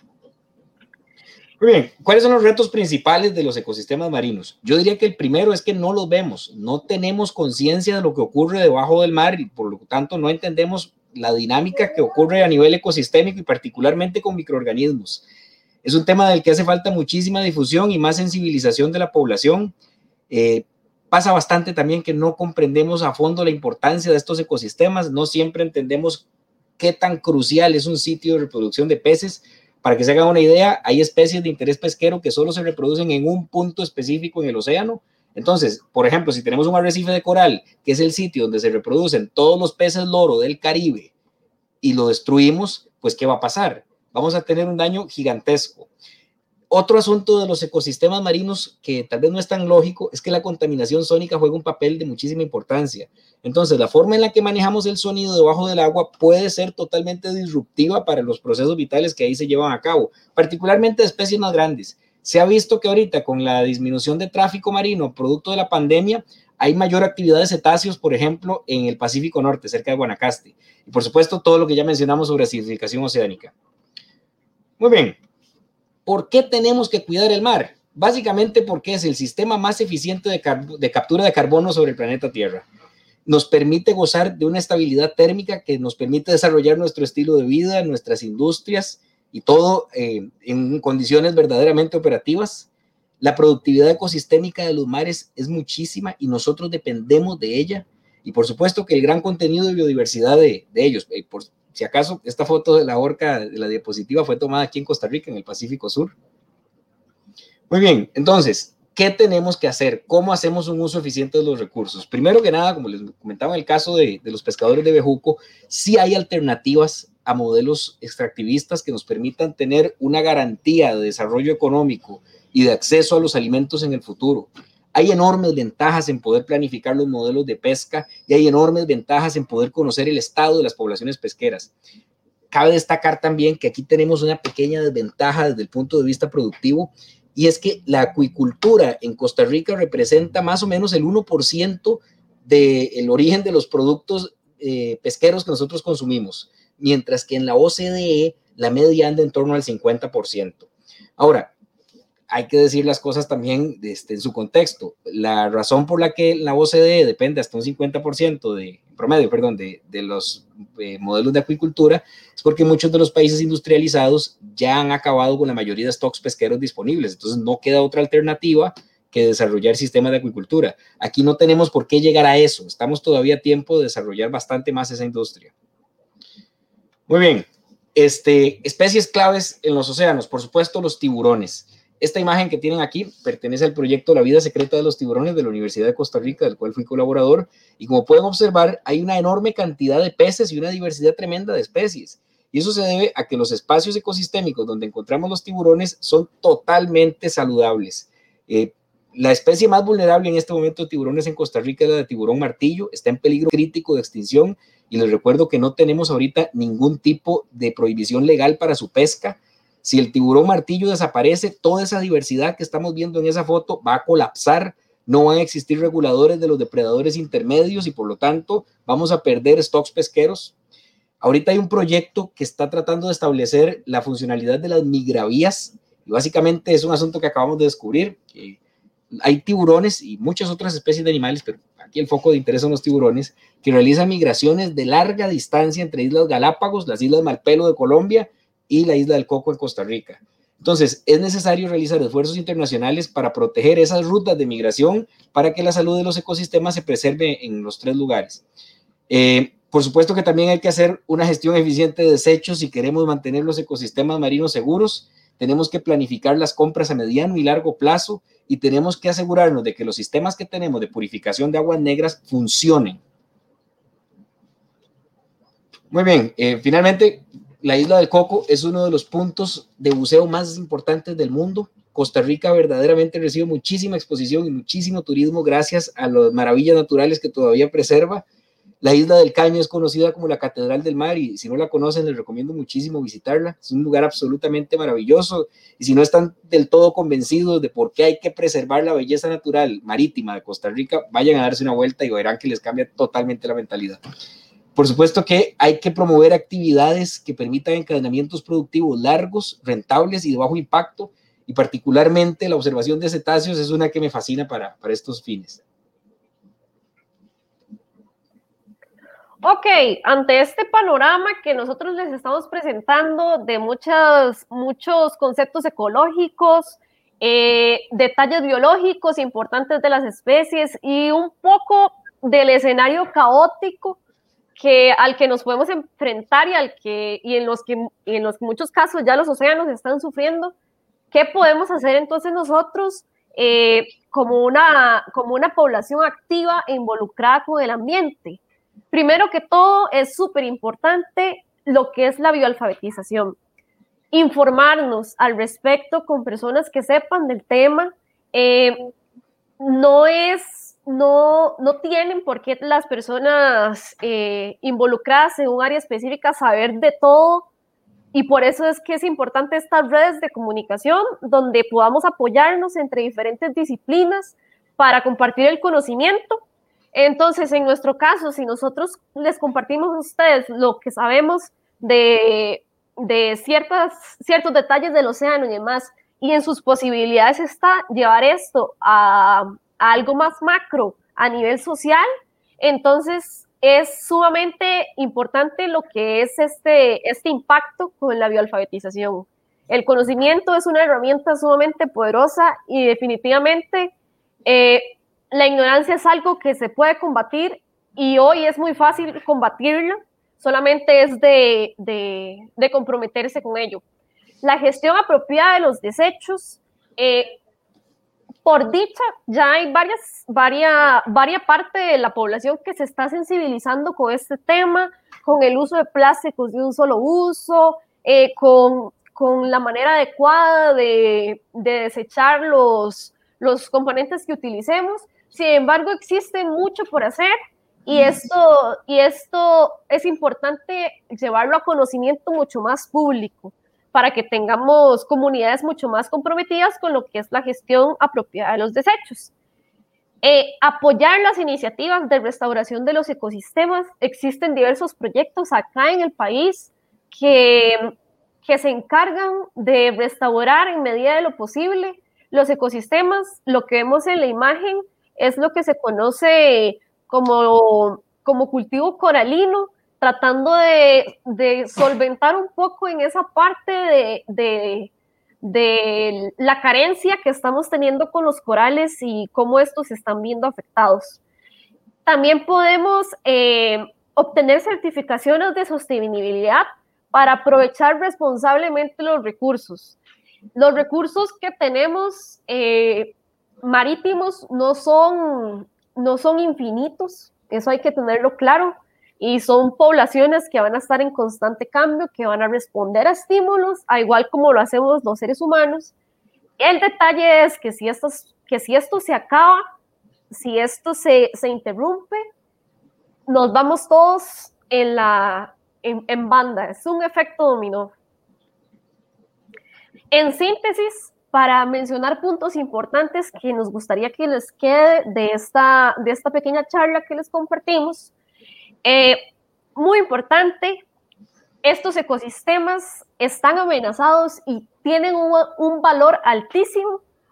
Muy bien, ¿cuáles son los retos principales de los ecosistemas marinos? Yo diría que el primero es que no los vemos, no tenemos conciencia de lo que ocurre debajo del mar y por lo tanto no entendemos la dinámica que ocurre a nivel ecosistémico y particularmente con microorganismos. Es un tema del que hace falta muchísima difusión y más sensibilización de la población. Eh, pasa bastante también que no comprendemos a fondo la importancia de estos ecosistemas, no siempre entendemos qué tan crucial es un sitio de reproducción de peces. Para que se hagan una idea, hay especies de interés pesquero que solo se reproducen en un punto específico en el océano. Entonces, por ejemplo, si tenemos un arrecife de coral, que es el sitio donde se reproducen todos los peces loro del Caribe, y lo destruimos, pues ¿qué va a pasar? Vamos a tener un daño gigantesco. Otro asunto de los ecosistemas marinos que tal vez no es tan lógico es que la contaminación sónica juega un papel de muchísima importancia. Entonces, la forma en la que manejamos el sonido debajo del agua puede ser totalmente disruptiva para los procesos vitales que ahí se llevan a cabo, particularmente de especies más grandes. Se ha visto que ahorita con la disminución de tráfico marino producto de la pandemia, hay mayor actividad de cetáceos, por ejemplo, en el Pacífico Norte, cerca de Guanacaste. Y por supuesto, todo lo que ya mencionamos sobre acidificación oceánica. Muy bien. ¿Por qué tenemos que cuidar el mar? Básicamente porque es el sistema más eficiente de, de captura de carbono sobre el planeta Tierra. Nos permite gozar de una estabilidad térmica que nos permite desarrollar nuestro estilo de vida, nuestras industrias y todo eh, en condiciones verdaderamente operativas. La productividad ecosistémica de los mares es muchísima y nosotros dependemos de ella. Y por supuesto que el gran contenido de biodiversidad de, de ellos. Eh, por, si acaso, esta foto de la orca de la diapositiva fue tomada aquí en Costa Rica, en el Pacífico Sur. Muy bien, entonces, ¿qué tenemos que hacer? ¿Cómo hacemos un uso eficiente de los recursos? Primero que nada, como les comentaba en el caso de, de los pescadores de bejuco, sí hay alternativas a modelos extractivistas que nos permitan tener una garantía de desarrollo económico y de acceso a los alimentos en el futuro. Hay enormes ventajas en poder planificar los modelos de pesca y hay enormes ventajas en poder conocer el estado de las poblaciones pesqueras. Cabe destacar también que aquí tenemos una pequeña desventaja desde el punto de vista productivo y es que la acuicultura en Costa Rica representa más o menos el uno por ciento del origen de los productos eh, pesqueros que nosotros consumimos, mientras que en la O C D E la media anda en torno al cincuenta por ciento. Ahora, hay que decir las cosas también este, en su contexto. La razón por la que la O C D E depende hasta un cincuenta por ciento de promedio, perdón, de, de los eh, modelos de acuicultura es porque muchos de los países industrializados ya han acabado con la mayoría de stocks pesqueros disponibles. Entonces no queda otra alternativa que desarrollar sistemas de acuicultura. Aquí no tenemos por qué llegar a eso. Estamos todavía a tiempo de desarrollar bastante más esa industria. Muy bien. Este, especies claves en los océanos, por supuesto, los tiburones. Esta imagen que tienen aquí pertenece al proyecto La vida secreta de los tiburones de la Universidad de Costa Rica, del cual fui colaborador, y como pueden observar, hay una enorme cantidad de peces y una diversidad tremenda de especies, y eso se debe a que los espacios ecosistémicos donde encontramos los tiburones son totalmente saludables. Eh, la especie más vulnerable en este momento de tiburones en Costa Rica es la de tiburón martillo, está en peligro crítico de extinción, y les recuerdo que no tenemos ahorita ningún tipo de prohibición legal para su pesca. Si el tiburón martillo desaparece, toda esa diversidad que estamos viendo en esa foto va a colapsar, no van a existir reguladores de los depredadores intermedios y por lo tanto vamos a perder stocks pesqueros. Ahorita hay un proyecto que está tratando de establecer la funcionalidad de las migravías y básicamente es un asunto que acabamos de descubrir. hay tiburones y muchas otras especies de animales, pero aquí el foco de interés son los tiburones, que realizan migraciones de larga distancia entre Islas Galápagos, las Islas Malpelo de Colombia y la Isla del Coco en Costa Rica. Entonces, es necesario realizar esfuerzos internacionales para proteger esas rutas de migración para que la salud de los ecosistemas se preserve en los tres lugares. Eh, por supuesto que también hay que hacer una gestión eficiente de desechos si queremos mantener los ecosistemas marinos seguros. Tenemos que planificar las compras a mediano y largo plazo y tenemos que asegurarnos de que los sistemas que tenemos de purificación de aguas negras funcionen. Muy bien, eh, finalmente, la Isla del Coco es uno de los puntos de buceo más importantes del mundo. Costa Rica verdaderamente recibe muchísima exposición y muchísimo turismo gracias a las maravillas naturales que todavía preserva. La Isla del Caño es conocida como la Catedral del Mar y si no la conocen les recomiendo muchísimo visitarla. Es un lugar absolutamente maravilloso y si no están del todo convencidos de por qué hay que preservar la belleza natural marítima de Costa Rica, vayan a darse una vuelta y verán que les cambia totalmente la mentalidad. Por supuesto que hay que promover actividades que permitan encadenamientos productivos largos, rentables y de bajo impacto, y particularmente la observación de cetáceos es una que me fascina para, para estos fines. Ok, ante este panorama que nosotros les estamos presentando de muchos, muchos conceptos ecológicos, eh, detalles biológicos importantes de las especies y un poco del escenario caótico que, al que nos podemos enfrentar y, al que, y, en los que, y en los que muchos casos ya los océanos están sufriendo, ¿qué podemos hacer entonces nosotros eh, como, una, como una población activa e involucrada con el ambiente? Primero que todo, es súper importante lo que es la bioalfabetización. Informarnos al respecto con personas que sepan del tema. Eh, no es, no, no tienen por qué las personas eh, involucradas en un área específica saber de todo, y por eso es que es importante estas redes de comunicación donde podamos apoyarnos entre diferentes disciplinas para compartir el conocimiento. Entonces, en nuestro caso, si nosotros les compartimos a ustedes lo que sabemos de, de ciertas, ciertos detalles del océano y demás, y en sus posibilidades está llevar esto a, a algo más macro a nivel social, entonces es sumamente importante lo que es este, este impacto con la bioalfabetización. El conocimiento es una herramienta sumamente poderosa y definitivamente eh, la ignorancia es algo que se puede combatir y hoy es muy fácil combatirlo, solamente es de, de, de comprometerse con ello. La gestión apropiada de los desechos, eh, por dicha, ya hay varias, varias, varias parte de la población que se está sensibilizando con este tema, con el uso de plásticos de un solo uso, eh, con, con la manera adecuada de, de desechar los, los componentes que utilicemos. Sin embargo, existe mucho por hacer y esto, y esto es importante llevarlo a conocimiento mucho más público para que tengamos comunidades mucho más comprometidas con lo que es la gestión apropiada de los desechos. Eh, apoyar las iniciativas de restauración de los ecosistemas. Existen diversos proyectos acá en el país que, que se encargan de restaurar en medida de lo posible los ecosistemas. Lo que vemos en la imagen es lo que se conoce como, como cultivo coralino, tratando de, de solventar un poco en esa parte de, de, de la carencia que estamos teniendo con los corales y cómo estos se están viendo afectados. También podemos eh, obtener certificaciones de sostenibilidad para aprovechar responsablemente los recursos. Los recursos que tenemos eh, marítimos no son, no son infinitos, eso hay que tenerlo claro, y son poblaciones que van a estar en constante cambio, que van a responder a estímulos, a igual como lo hacemos los seres humanos. El detalle es que si, estos, que si esto se acaba, si esto se, se interrumpe, nos vamos todos en, la, en, en banda, es un efecto dominó. En síntesis, para mencionar puntos importantes que nos gustaría que les quede de esta, de esta pequeña charla que les compartimos, eh, muy importante, estos ecosistemas están amenazados y tienen un, un valor altísimo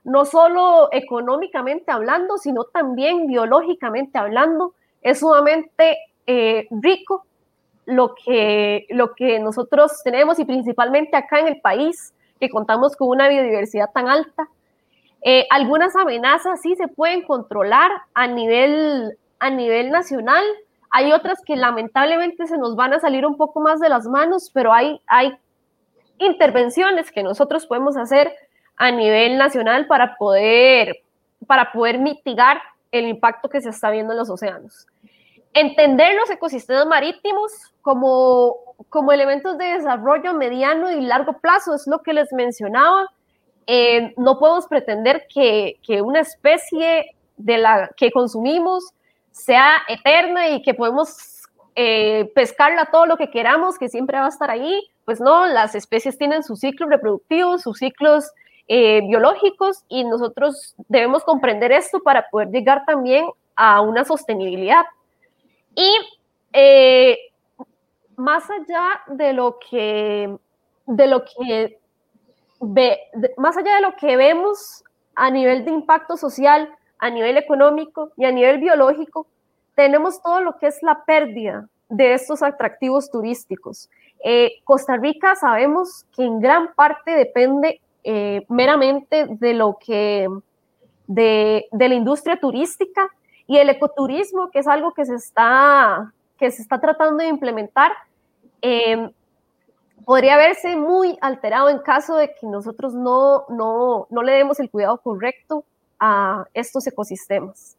no solo económicamente hablando, sino también biológicamente hablando. Es sumamente eh, rico lo que, lo que nosotros tenemos, y principalmente acá en el país, que contamos con una biodiversidad tan alta. Eh, algunas amenazas sí se pueden controlar a nivel, a nivel nacional. Hay otras que lamentablemente se nos van a salir un poco más de las manos, pero hay, hay intervenciones que nosotros podemos hacer a nivel nacional para poder, para poder mitigar el impacto que se está viendo en los océanos. Entender los ecosistemas marítimos como, como elementos de desarrollo a mediano y largo plazo es lo que les mencionaba. Eh, no podemos pretender que, que una especie de la que consumimos sea eterna y que podemos eh, pescarla todo lo que queramos, que siempre va a estar ahí. Pues no, las especies tienen sus ciclos reproductivos, sus ciclos eh, biológicos, y nosotros debemos comprender esto para poder llegar también a una sostenibilidad. Y eh, más allá de lo que, de lo que ve, de, más allá de lo que vemos a nivel de impacto social, a nivel económico y a nivel biológico, tenemos todo lo que es la pérdida de estos atractivos turísticos. Eh, Costa Rica sabemos que en gran parte depende eh, meramente de lo que de, de la industria turística, y el ecoturismo, que es algo que se está, que se está tratando de implementar, eh, podría verse muy alterado en caso de que nosotros no, no, no le demos el cuidado correcto a estos ecosistemas.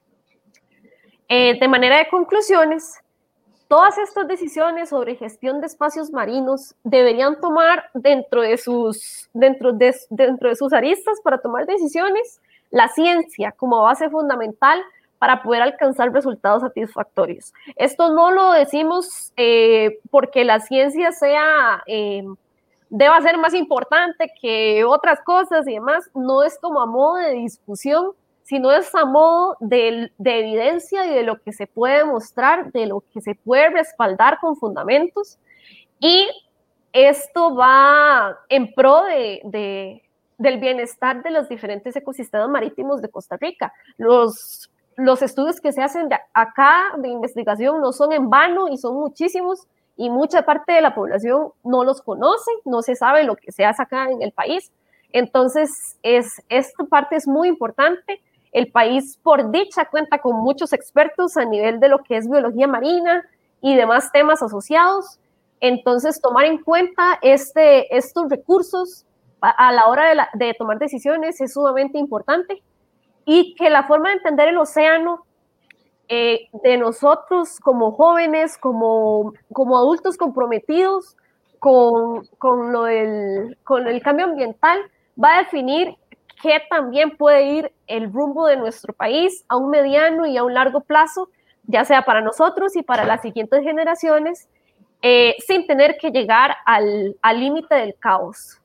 Eh, de manera de conclusiones, todas estas decisiones sobre gestión de espacios marinos deberían tomar dentro de sus, dentro de, dentro de sus aristas para tomar decisiones la ciencia como base fundamental para poder alcanzar resultados satisfactorios. Esto no lo decimos eh, porque la ciencia sea, eh, deba ser más importante que otras cosas y demás. No es como a modo de discusión, sino es a modo de, de evidencia y de lo que se puede mostrar, de lo que se puede respaldar con fundamentos. Y esto va en pro de, de, del bienestar de los diferentes ecosistemas marítimos de Costa Rica. Los Los estudios que se hacen de acá de investigación no son en vano y son muchísimos, y mucha parte de la población no los conoce, no se sabe lo que se hace acá en el país. Entonces, es, esta parte es muy importante. El país, por dicha, cuenta con muchos expertos a nivel de lo que es biología marina y demás temas asociados. Entonces, tomar en cuenta este, estos recursos a, a la hora de, la, de tomar decisiones es sumamente importante. Y que la forma de entender el océano eh, de nosotros como jóvenes, como, como adultos comprometidos con, con, lo del, con el cambio ambiental, va a definir qué también puede ir el rumbo de nuestro país a un mediano y a un largo plazo, ya sea para nosotros y para las siguientes generaciones, eh, sin tener que llegar al límite del caos.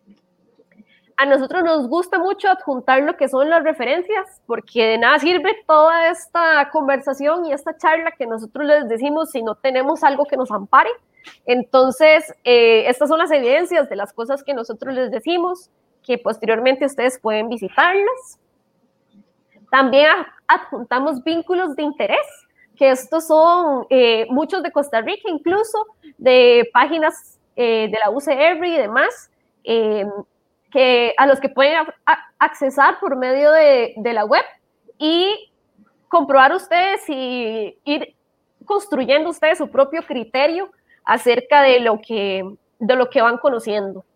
A nosotros nos gusta mucho adjuntar lo que son las referencias, porque de nada sirve toda esta conversación y esta charla que nosotros les decimos si no tenemos algo que nos ampare. Entonces, eh, estas son las evidencias de las cosas que nosotros les decimos, que posteriormente ustedes pueden visitarlas. También adjuntamos vínculos de interés, que estos son eh, muchos de Costa Rica, incluso de páginas eh, de la U C R y demás, eh, que, a los que pueden a, accesar por medio de, de la web y comprobar ustedes y ir construyendo ustedes su propio criterio acerca de lo que, de lo que van conociendo.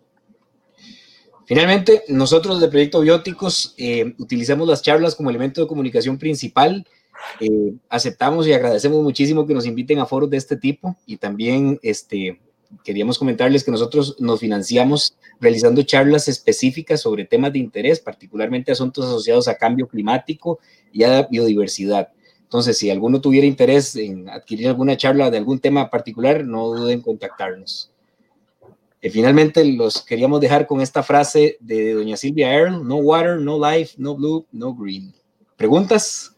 Finalmente, nosotros de Proyecto Bióticos eh, utilizamos las charlas como elemento de comunicación principal. Eh, aceptamos y agradecemos muchísimo que nos inviten a foros de este tipo, y también este, queríamos comentarles que nosotros nos financiamos realizando charlas específicas sobre temas de interés, particularmente asuntos asociados a cambio climático y a biodiversidad. Entonces, si alguno tuviera interés en adquirir alguna charla de algún tema particular, no duden en contactarnos. Eh, finalmente, los queríamos dejar con esta frase de doña Silvia Earle: no water, no life, no blue, no green. ¿Preguntas?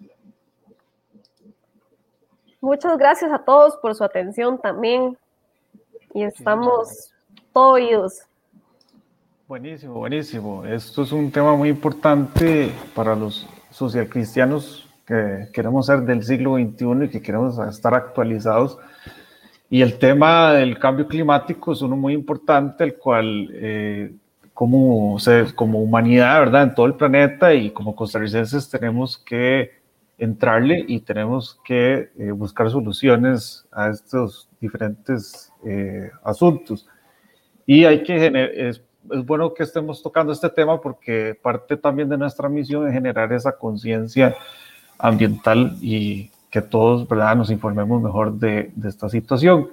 Muchas gracias a todos por su atención también, y estamos todos oídos. Buenísimo, buenísimo. Esto es un tema muy importante para los socialcristianos que queremos ser del siglo veintiuno y que queremos estar actualizados. Y el tema del cambio climático es uno muy importante, el cual eh, como, como humanidad, ¿verdad?, en todo el planeta y como costarricenses tenemos que entrarle y tenemos que eh, buscar soluciones a estos diferentes eh, asuntos. Y hay que generar, es, es bueno que estemos tocando este tema porque parte también de nuestra misión es generar esa conciencia ambiental y que todos, ¿verdad?, nos informemos mejor de, de esta situación.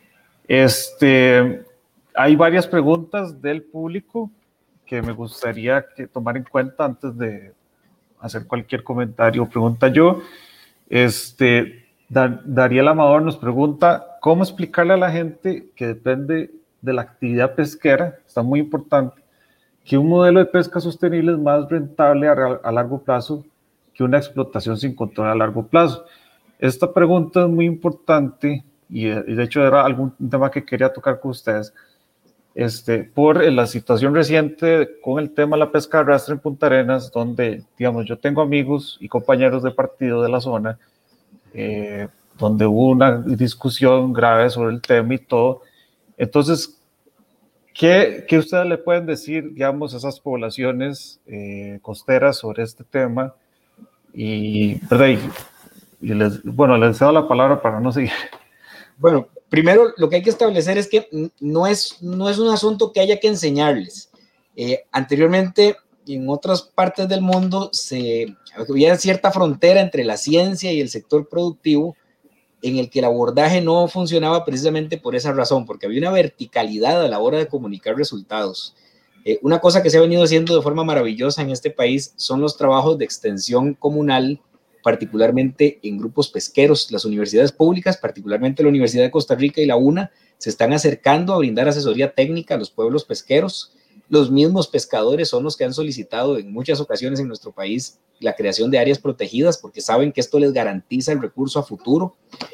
Este, hay varias preguntas del público que me gustaría que tomar en cuenta antes de hacer cualquier comentario o pregunta yo. Este, Dar, Dariel Amador nos pregunta, ¿cómo explicarle a la gente que depende de la actividad pesquera, está muy importante, que un modelo de pesca sostenible es más rentable a, a largo plazo que una explotación sin control a largo plazo? Esta pregunta es muy importante y, y de hecho era algún tema que quería tocar con ustedes, este, por la situación reciente con el tema de la pesca de arrastre en Punta Arenas, donde, digamos, yo tengo amigos y compañeros de partido de la zona, eh, donde hubo una discusión grave sobre el tema y todo. Entonces, ¿qué, qué ustedes le pueden decir, digamos, a esas poblaciones eh, costeras sobre este tema? Y, ¿verdad? Y, y les, bueno, les cedo la palabra para no seguir. Bueno, primero lo que hay que establecer es que no es, no es un asunto que haya que enseñarles. Eh, anteriormente, en otras partes del mundo, se, había cierta frontera entre la ciencia y el sector productivo, en el que el abordaje no funcionaba precisamente por esa razón, porque había una verticalidad a la hora de comunicar resultados. Eh, una cosa que se ha venido haciendo de forma maravillosa en este país son los trabajos de extensión comunal, particularmente en grupos pesqueros. Las universidades públicas, particularmente la Universidad de Costa Rica y la UNA, se están acercando a brindar asesoría técnica a los pueblos pesqueros. Los mismos pescadores son los que han solicitado en muchas ocasiones en nuestro país la creación de áreas protegidas porque saben que esto les garantiza el recurso a futuro.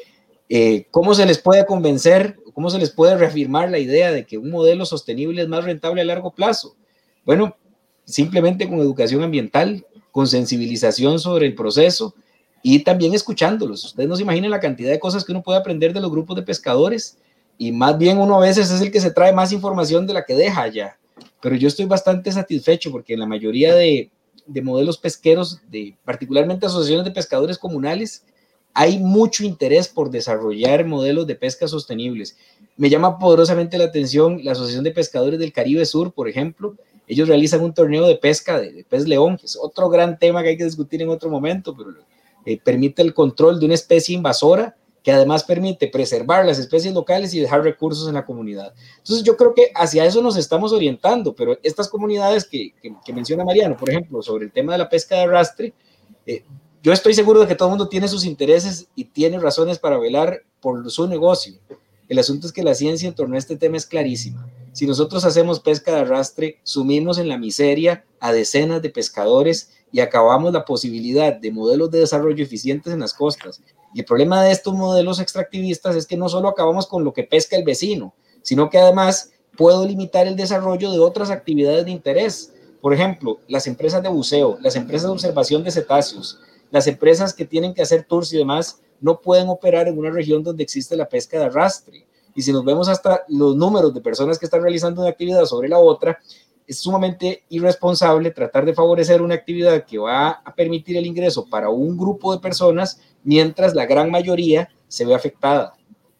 Eh, ¿Cómo se les puede convencer, cómo se les puede reafirmar la idea de que un modelo sostenible es más rentable a largo plazo? Bueno, simplemente con educación ambiental, con sensibilización sobre el proceso y también escuchándolos. Ustedes no se imaginan la cantidad de cosas que uno puede aprender de los grupos de pescadores y más bien uno a veces es el que se trae más información de la que deja ya. Pero yo estoy bastante satisfecho porque en la mayoría de, de modelos pesqueros, de, particularmente asociaciones de pescadores comunales, hay mucho interés por desarrollar modelos de pesca sostenibles. Me llama poderosamente la atención la Asociación de Pescadores del Caribe Sur, por ejemplo. Ellos realizan un torneo de pesca de, de pez león, que es otro gran tema que hay que discutir en otro momento, pero eh, permite el control de una especie invasora que además permite preservar las especies locales y dejar recursos en la comunidad. Entonces yo creo que hacia eso nos estamos orientando, pero estas comunidades que, que, que menciona Mariano, por ejemplo, sobre el tema de la pesca de arrastre, eh, yo estoy seguro de que todo el mundo tiene sus intereses y tiene razones para velar por su negocio. El asunto es que la ciencia en torno a este tema es clarísima. Si nosotros hacemos pesca de arrastre, sumimos en la miseria a decenas de pescadores y acabamos la posibilidad de modelos de desarrollo eficientes en las costas. Y el problema de estos modelos extractivistas es que no solo acabamos con lo que pesca el vecino, sino que además puedo limitar el desarrollo de otras actividades de interés. Por ejemplo, las empresas de buceo, las empresas de observación de cetáceos, las empresas que tienen que hacer tours y demás, no pueden operar en una región donde existe la pesca de arrastre. Y si nos vemos hasta los números de personas que están realizando una actividad sobre la otra, es sumamente irresponsable tratar de favorecer una actividad que va a permitir el ingreso para un grupo de personas, mientras la gran mayoría se ve afectada.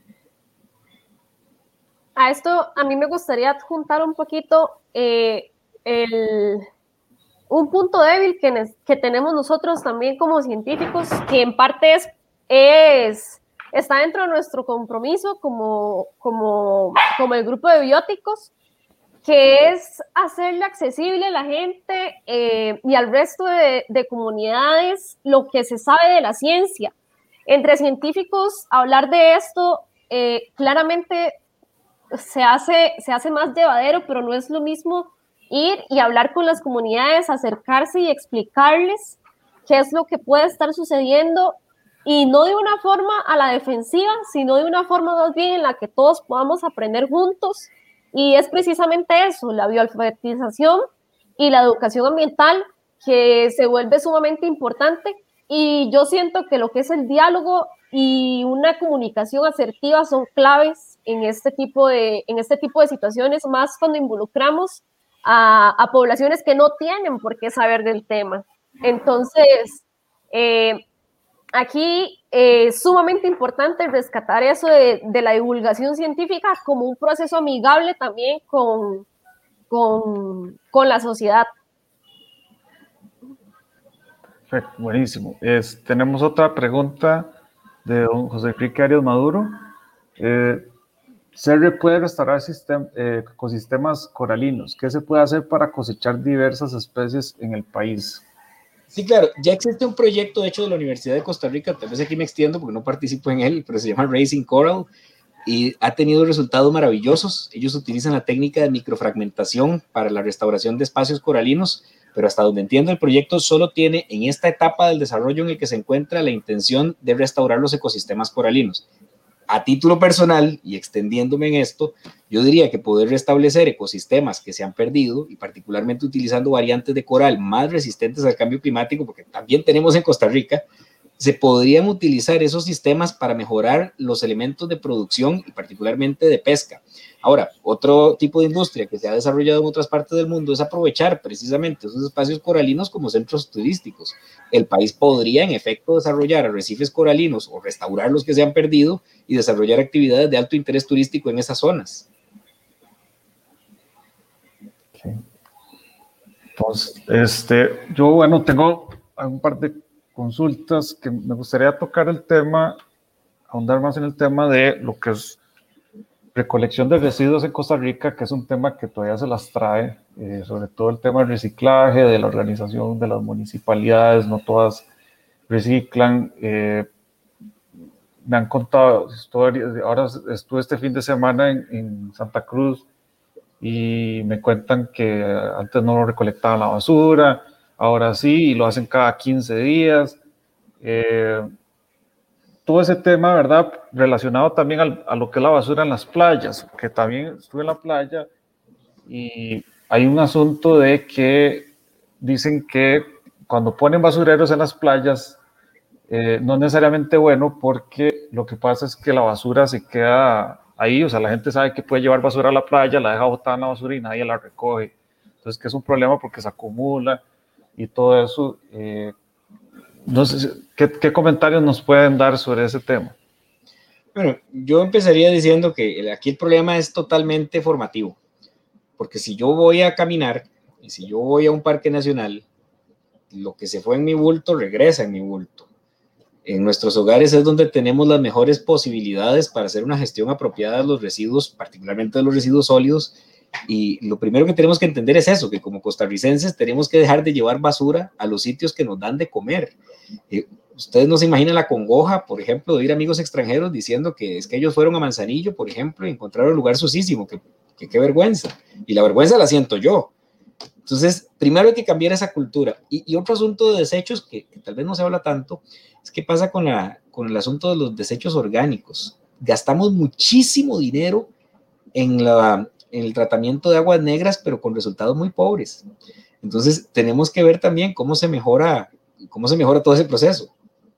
A esto a mí me gustaría adjuntar un poquito eh, el, un punto débil que, que tenemos nosotros también como científicos, que en parte es, es está dentro de nuestro compromiso como, como, como el grupo de bióticos, que es hacerle accesible a la gente eh, y al resto de, de comunidades lo que se sabe de la ciencia. Entre científicos, hablar de esto eh, claramente se hace, se hace más llevadero, pero no es lo mismo ir y hablar con las comunidades, acercarse y explicarles qué es lo que puede estar sucediendo, y no de una forma a la defensiva, sino de una forma más bien en la que todos podamos aprender juntos Y es precisamente eso, la bioalfabetización y la educación ambiental, que se vuelve sumamente importante. Y yo siento que lo que es el diálogo y una comunicación asertiva son claves en este tipo de, en este tipo de situaciones, más cuando involucramos a, a poblaciones que no tienen por qué saber del tema. Entonces, eh, aquí eh, es sumamente importante rescatar eso de, de la divulgación científica como un proceso amigable también con, con, con la sociedad. Perfecto, buenísimo. Es, tenemos otra pregunta de don José Enrique Arias Maduro. Eh, C E R R puede restaurar sistem, eh, ecosistemas coralinos. ¿Qué se puede hacer para cosechar diversas especies en el país? Sí, claro, ya existe un proyecto, de hecho, de la Universidad de Costa Rica, tal vez aquí me extiendo porque no participo en él, pero se llama Raising Coral y ha tenido resultados maravillosos. Ellos utilizan la técnica de microfragmentación para la restauración de espacios coralinos, pero hasta donde entiendo el proyecto solo tiene en esta etapa del desarrollo en el que se encuentra la intención de restaurar los ecosistemas coralinos. A título personal, y extendiéndome en esto, yo diría que poder restablecer ecosistemas que se han perdido, y particularmente utilizando variantes de coral más resistentes al cambio climático, porque también tenemos en Costa Rica, se podrían utilizar esos sistemas para mejorar los elementos de producción y particularmente de pesca. Ahora, otro tipo de industria que se ha desarrollado en otras partes del mundo es aprovechar precisamente esos espacios coralinos como centros turísticos. El país podría, en efecto, desarrollar arrecifes coralinos o restaurar los que se han perdido y desarrollar actividades de alto interés turístico en esas zonas. Sí. Entonces, este, yo, bueno, tengo un par de consultas que me gustaría tocar el tema, ahondar más en el tema de lo que es recolección de residuos en Costa Rica, que es un tema que todavía se las trae, eh, sobre todo el tema del reciclaje, de la organización de las municipalidades, no todas reciclan. Eh, me han contado historias, ahora estuve este fin de semana en, en Santa Cruz y me cuentan que antes no recolectaban la basura, ahora sí, y lo hacen cada quince días. Eh, todo ese tema, ¿verdad? Relacionado también al, a lo que es la basura en las playas, que también estuve en la playa y hay un asunto de que dicen que cuando ponen basureros en las playas eh, no es necesariamente bueno porque lo que pasa es que la basura se queda ahí, o sea, la gente sabe que puede llevar basura a la playa, la deja botada en la basura y nadie la recoge. Entonces, que es un problema porque se acumula y todo eso. Eh, no sé, ¿qué, ¿qué comentarios nos pueden dar sobre ese tema? Bueno, yo empezaría diciendo que aquí el problema es totalmente formativo, porque si yo voy a caminar y si yo voy a un parque nacional, lo que se fue en mi bulto regresa en mi bulto. En nuestros hogares es donde tenemos las mejores posibilidades para hacer una gestión apropiada de los residuos, particularmente de los residuos sólidos, y lo primero que tenemos que entender es eso, que como costarricenses tenemos que dejar de llevar basura a los sitios que nos dan de comer. Eh, ustedes no se imaginan la congoja, por ejemplo, de oír amigos extranjeros diciendo que es que ellos fueron a Manzanillo, por ejemplo, y encontraron un lugar sucísimo, que, que qué vergüenza, y la vergüenza la siento yo. Entonces, primero hay que cambiar esa cultura. Y, y otro asunto de desechos que, que tal vez no se habla tanto, es qué pasa con, la, con el asunto de los desechos orgánicos. Gastamos muchísimo dinero en, la, en el tratamiento de aguas negras, pero con resultados muy pobres. Entonces, tenemos que ver también cómo se mejora, cómo se mejora todo ese proceso.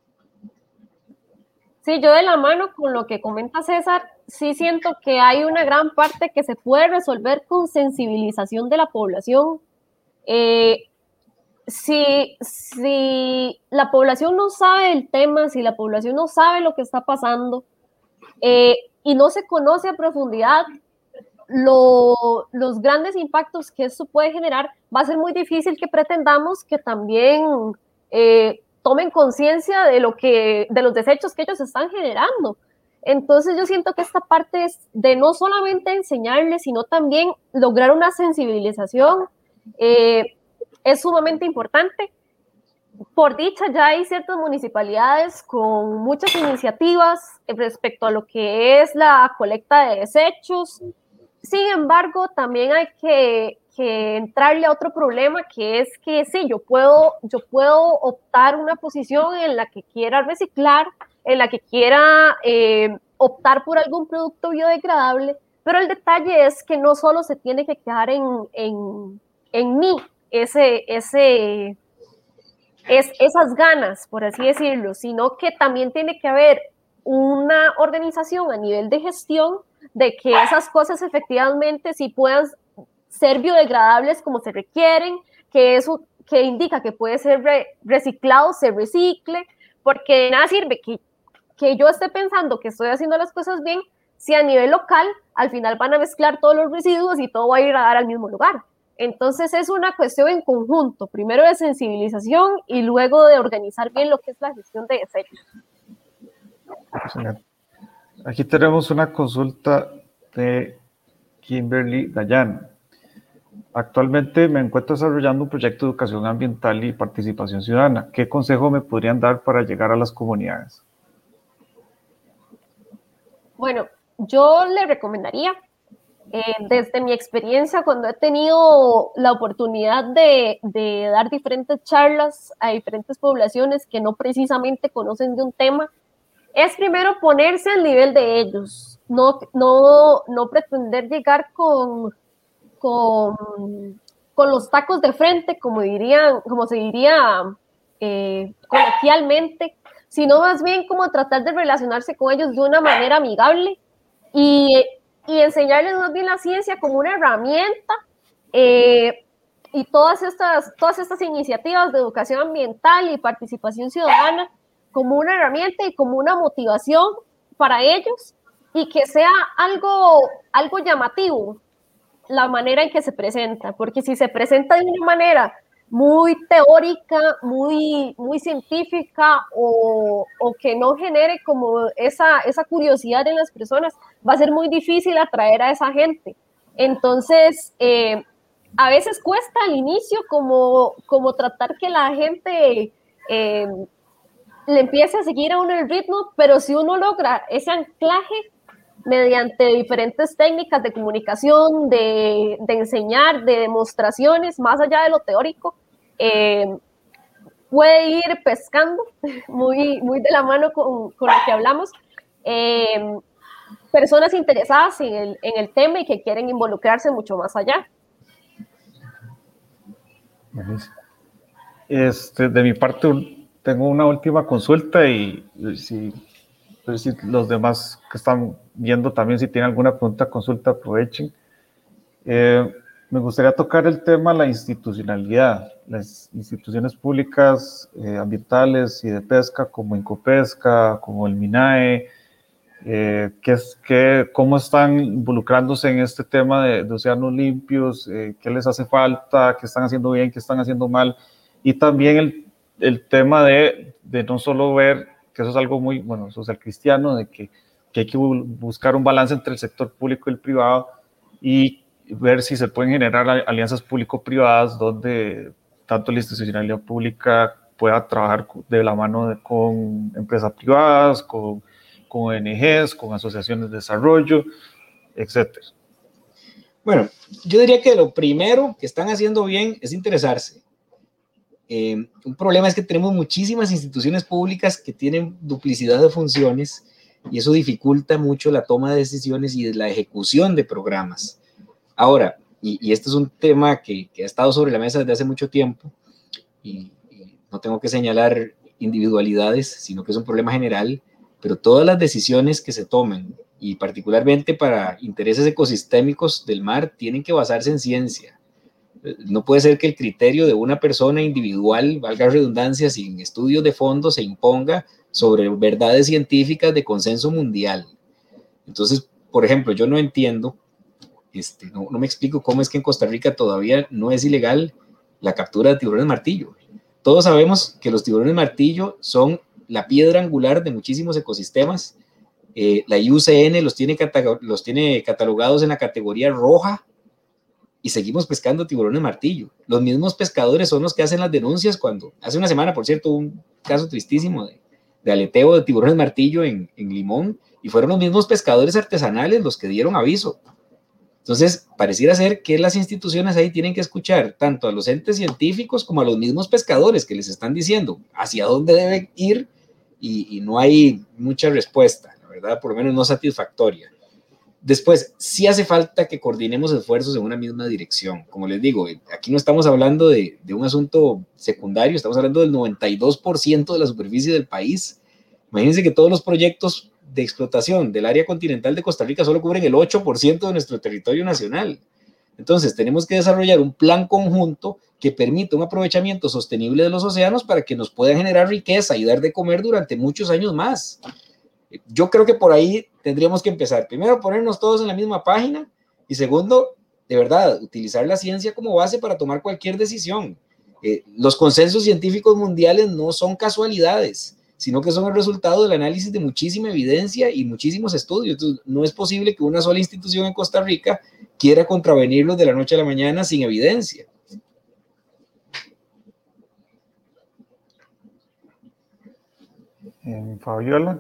Sí, yo de la mano con lo que comenta César, sí siento que hay una gran parte que se puede resolver con sensibilización de la población. Eh, si, si la población no sabe el tema, si la población no sabe lo que está pasando eh, y no se conoce a profundidad lo, los grandes impactos que esto puede generar, va a ser muy difícil que pretendamos que también eh, tomen conciencia de lo que, de los desechos que ellos están generando. Entonces yo siento que esta parte es de no solamente enseñarles, sino también lograr una sensibilización eh, es sumamente importante. Por dicha, ya hay ciertas municipalidades con muchas iniciativas respecto a lo que es la colecta de desechos. Sin embargo, también hay que, que entrarle a otro problema, que es que sí, yo puedo, yo puedo optar una posición en la que quiera reciclar, en la que quiera eh, optar por algún producto biodegradable, Pero el detalle es que no solo se tiene que quedar en, en, en mí ese, ese, es, esas ganas, por así decirlo, sino que también tiene que haber una organización a nivel de gestión de que esas cosas efectivamente sí puedan ser biodegradables como se requieren, que eso que indica que puede ser re, reciclado, se recicle, porque de nada sirve que, que yo esté pensando que estoy haciendo las cosas bien, si a nivel local al final van a mezclar todos los residuos y todo va a ir a dar al mismo lugar. Entonces es una cuestión en conjunto, primero de sensibilización y luego de organizar bien lo que es la gestión de desechos. Excelente. Aquí tenemos una consulta de Kimberly Dayan. Actualmente me encuentro desarrollando un proyecto de educación ambiental y participación ciudadana. ¿Qué consejo me podrían dar para llegar a las comunidades? Bueno, yo le recomendaría, eh, desde mi experiencia, cuando he tenido la oportunidad de, de dar diferentes charlas a diferentes poblaciones que no precisamente conocen de un tema, es primero ponerse al nivel de ellos, no, no, no pretender llegar con, con, con los tacos de frente, como, dirían, como se diría eh, coloquialmente, sino más bien como tratar de relacionarse con ellos de una manera amigable y, y enseñarles más bien la ciencia como una herramienta eh, y todas estas, todas estas iniciativas de educación ambiental y participación ciudadana como una herramienta y como una motivación para ellos y que sea algo, algo llamativo la manera en que se presenta, porque si se presenta de una manera muy teórica, muy, muy científica o, o que no genere como esa, esa curiosidad en las personas, va a ser muy difícil atraer a esa gente. Entonces, eh, a veces cuesta al inicio como, como tratar que la gente eh, le empiece a seguir a uno el ritmo, pero si uno logra ese anclaje mediante diferentes técnicas de comunicación, de, de enseñar, de demostraciones, más allá de lo teórico, eh, puede ir pescando muy, muy de la mano con, con lo que hablamos, eh, personas interesadas en el, en el tema y que quieren involucrarse mucho más allá. Este, de mi parte, tengo una última consulta y si, si los demás que están viendo también, si tienen alguna pregunta, consulta, aprovechen. Eh, me gustaría tocar el tema de la institucionalidad, las instituciones públicas eh, ambientales y de pesca, como Incopesca, como el MINAE, eh, que es, que, cómo están involucrándose en este tema de, de océanos limpios, eh, qué les hace falta, qué están haciendo bien, qué están haciendo mal, y también el, el tema de, de no solo ver, que eso es algo muy, bueno, social cristiano, de que, que hay que buscar un balance entre el sector público y el privado, y ver si se pueden generar alianzas público-privadas donde tanto la institucionalidad pública pueda trabajar de la mano de, con empresas privadas, con, con O N Ges, con asociaciones de desarrollo, etcétera. Bueno, yo diría que lo primero que están haciendo bien es interesarse. Eh, un problema es que tenemos muchísimas instituciones públicas que tienen duplicidad de funciones y eso dificulta mucho la toma de decisiones y la ejecución de programas. Ahora, y, y este es un tema que, que ha estado sobre la mesa desde hace mucho tiempo y, y no tengo que señalar individualidades, sino que es un problema general, pero todas las decisiones que se tomen y particularmente para intereses ecosistémicos del mar tienen que basarse en ciencia. No puede ser que el criterio de una persona individual, valga redundancia, sin estudios de fondo, se imponga sobre verdades científicas de consenso mundial. Entonces, por ejemplo, yo no entiendo, este, no, no me explico cómo es que en Costa Rica todavía no es ilegal la captura de tiburones martillo. Todos sabemos que los tiburones martillo son la piedra angular de muchísimos ecosistemas. Eh, la I U C N los tiene, los tiene catalogados en la categoría roja, y seguimos pescando tiburones martillo. Los mismos pescadores son los que hacen las denuncias cuando, hace una semana, por cierto, un caso tristísimo de, de aleteo de tiburones martillo en, en Limón, y fueron los mismos pescadores artesanales los que dieron aviso. Entonces, pareciera ser que las instituciones ahí tienen que escuchar tanto a los entes científicos como a los mismos pescadores que les están diciendo hacia dónde deben ir, y, y no hay mucha respuesta, la verdad, por lo menos no satisfactoria. Después, sí hace falta que coordinemos esfuerzos en una misma dirección. Como les digo, aquí no estamos hablando de, de un asunto secundario, estamos hablando del noventa y dos por ciento de la superficie del país. Imagínense que todos los proyectos de explotación del área continental de Costa Rica solo cubren el ocho por ciento de nuestro territorio nacional. Entonces, tenemos que desarrollar un plan conjunto que permita un aprovechamiento sostenible de los océanos para que nos pueda generar riqueza y dar de comer durante muchos años más. Yo creo que por ahí tendríamos que empezar. Primero, ponernos todos en la misma página y segundo, de verdad, utilizar la ciencia como base para tomar cualquier decisión. Eh, los consensos científicos mundiales no son casualidades, sino que son el resultado del análisis de muchísima evidencia y muchísimos estudios. Entonces, no es posible que una sola institución en Costa Rica quiera contravenirlos de la noche a la mañana sin evidencia. Eh, Fabiola.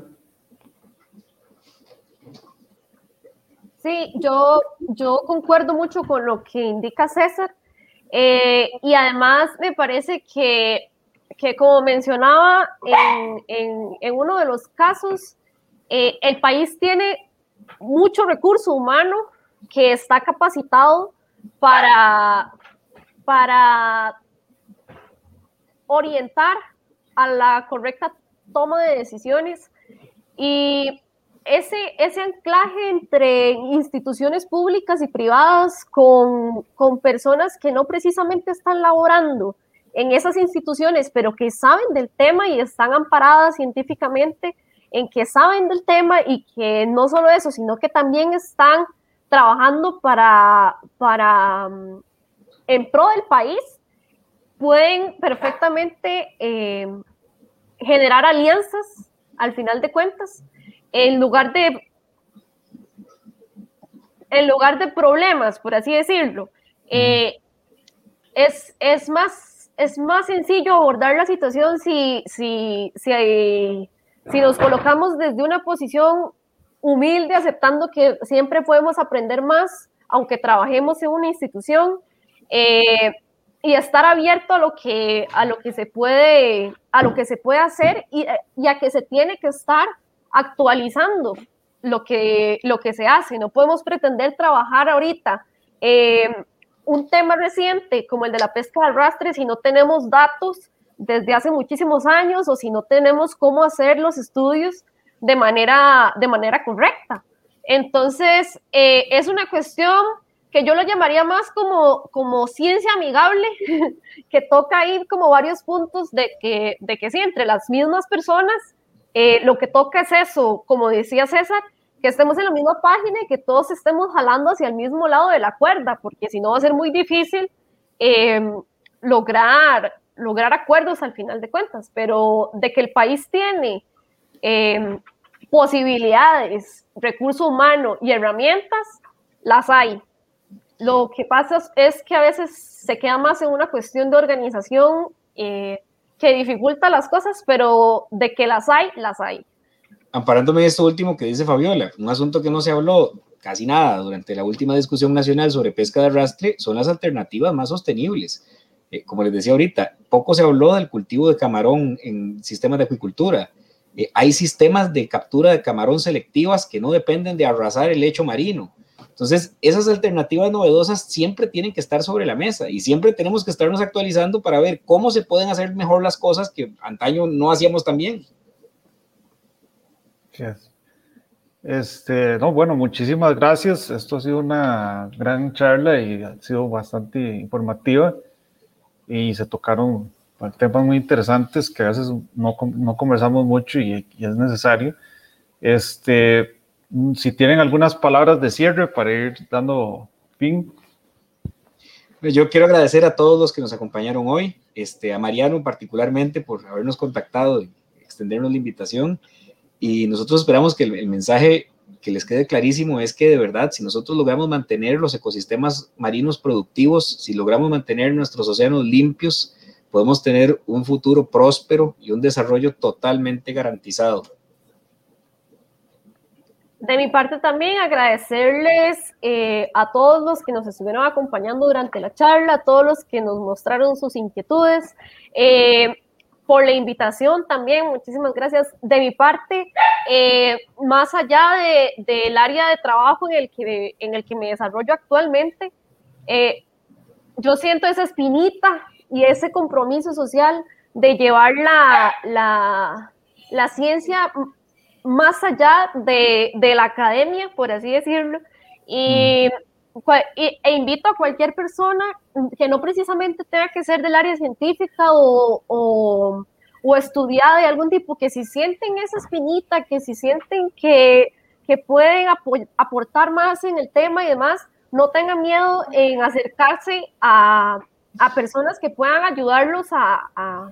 Sí, yo, yo concuerdo mucho con lo que indica César, eh, y además me parece que, que como mencionaba en, en, en uno de los casos, eh, el país tiene mucho recurso humano que está capacitado para, para orientar a la correcta toma de decisiones, y ese, ese anclaje entre instituciones públicas y privadas con, con personas que no precisamente están laborando en esas instituciones, pero que saben del tema y están amparadas científicamente en que saben del tema, y que no solo eso, sino que también están trabajando para, para um, en pro del país, pueden perfectamente eh, generar alianzas al final de cuentas, en lugar de en lugar de problemas, por así decirlo. Eh, es, es, más, es más sencillo abordar la situación si, si, si, hay, si nos colocamos desde una posición humilde, aceptando que siempre podemos aprender más, aunque trabajemos en una institución, eh, y estar abierto a lo que, a lo que se puede, a lo que se puede hacer, y, y a que se tiene que estar actualizando lo que, lo que se hace. No podemos pretender trabajar ahorita eh, un tema reciente como el de la pesca de arrastre si no tenemos datos desde hace muchísimos años, o si no tenemos cómo hacer los estudios de manera, de manera correcta. Entonces, eh, es una cuestión que yo lo llamaría más como, como ciencia amigable, que toca ir como varios puntos de que, de que sí, entre las mismas personas, eh, lo que toca es eso, como decía César, que estemos en la misma página y que todos estemos jalando hacia el mismo lado de la cuerda, porque si no va a ser muy difícil eh, lograr, lograr acuerdos al final de cuentas. Pero de que el país tiene eh, posibilidades, recurso humano y herramientas, las hay. Lo que pasa es que a veces se queda más en una cuestión de organización eh, que dificulta las cosas, pero de que las hay, las hay. Amparándome en esto último que dice Fabiola, un asunto que no se habló casi nada durante la última discusión nacional sobre pesca de arrastre son las alternativas más sostenibles. Eh, como les decía ahorita, poco se habló del cultivo de camarón en sistemas de acuicultura. Eh, hay sistemas de captura de camarón selectivas que no dependen de arrasar el lecho marino. Entonces, esas alternativas novedosas siempre tienen que estar sobre la mesa y siempre tenemos que estarnos actualizando para ver cómo se pueden hacer mejor las cosas que antaño no hacíamos tan bien. Yes. Este, no, bueno, muchísimas gracias. Esto ha sido una gran charla y ha sido bastante informativa, y se tocaron temas muy interesantes que a veces no, no conversamos mucho y, y es necesario. Este, si tienen algunas palabras de cierre para ir dando fin. Yo quiero agradecer a todos los que nos acompañaron hoy, este, a Mariano particularmente por habernos contactado y extendernos la invitación, y nosotros esperamos que el, el mensaje que les quede clarísimo es que de verdad, si nosotros logramos mantener los ecosistemas marinos productivos, si logramos mantener nuestros océanos limpios, podemos tener un futuro próspero y un desarrollo totalmente garantizado. De mi parte también agradecerles eh, a todos los que nos estuvieron acompañando durante la charla, a todos los que nos mostraron sus inquietudes. Eh, por la invitación también, muchísimas gracias de mi parte. Eh, más allá de, del área de trabajo en el que, en el que me desarrollo actualmente, eh, yo siento esa espinita y ese compromiso social de llevar la, la, la ciencia más allá de, de la academia, por así decirlo, y, y, e invito a cualquier persona que no precisamente tenga que ser del área científica o, o, o estudiada de algún tipo, que si sienten esa espinita, que si sienten que, que pueden aportar más en el tema y demás, no tengan miedo en acercarse a, a personas que puedan ayudarlos a, a,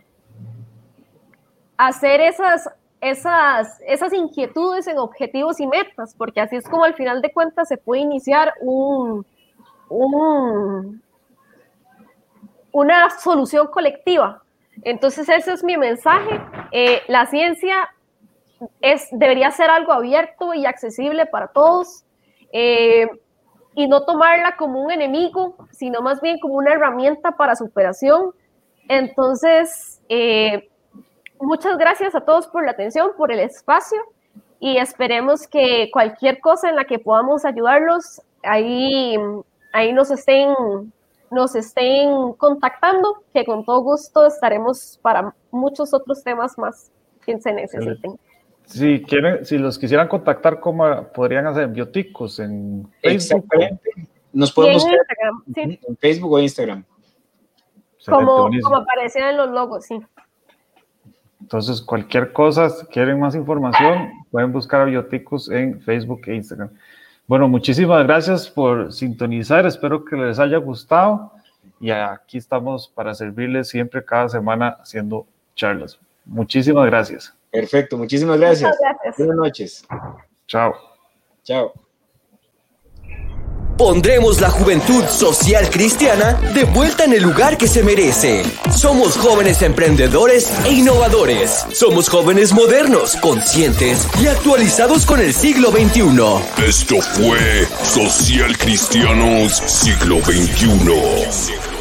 a hacer esas, esas, esas inquietudes en objetivos y metas, porque así es como al final de cuentas se puede iniciar un, un, una solución colectiva. Entonces ese es mi mensaje. Eh, la ciencia es, debería ser algo abierto y accesible para todos. Eh, y no tomarla como un enemigo, sino más bien como una herramienta para superación. Entonces, eh, muchas gracias a todos por la atención, por el espacio, y esperemos que cualquier cosa en la que podamos ayudarlos, ahí, ahí nos estén, nos estén contactando, que con todo gusto estaremos para muchos otros temas más que se necesiten. Si quieren, si los quisieran contactar, ¿cómo podrían hacer? Bioticos en Facebook. Exactamente. Nos podemos en Instagram, sí. En Facebook o Instagram. Como, como aparecían en los logos, sí. Entonces, cualquier cosa, si quieren más información, pueden buscar a Bioticos en Facebook e Instagram. Bueno, muchísimas gracias por sintonizar. Espero que les haya gustado. Y aquí estamos para servirles siempre, cada semana, haciendo charlas. Muchísimas gracias. Perfecto, muchísimas gracias. Muchas gracias. Buenas noches. Chao. Chao. Pondremos la juventud social cristiana de vuelta en el lugar que se merece. Somos jóvenes emprendedores e innovadores. Somos jóvenes modernos, conscientes y actualizados con el siglo veintiuno. Esto fue Social Cristianos Siglo veintiuno.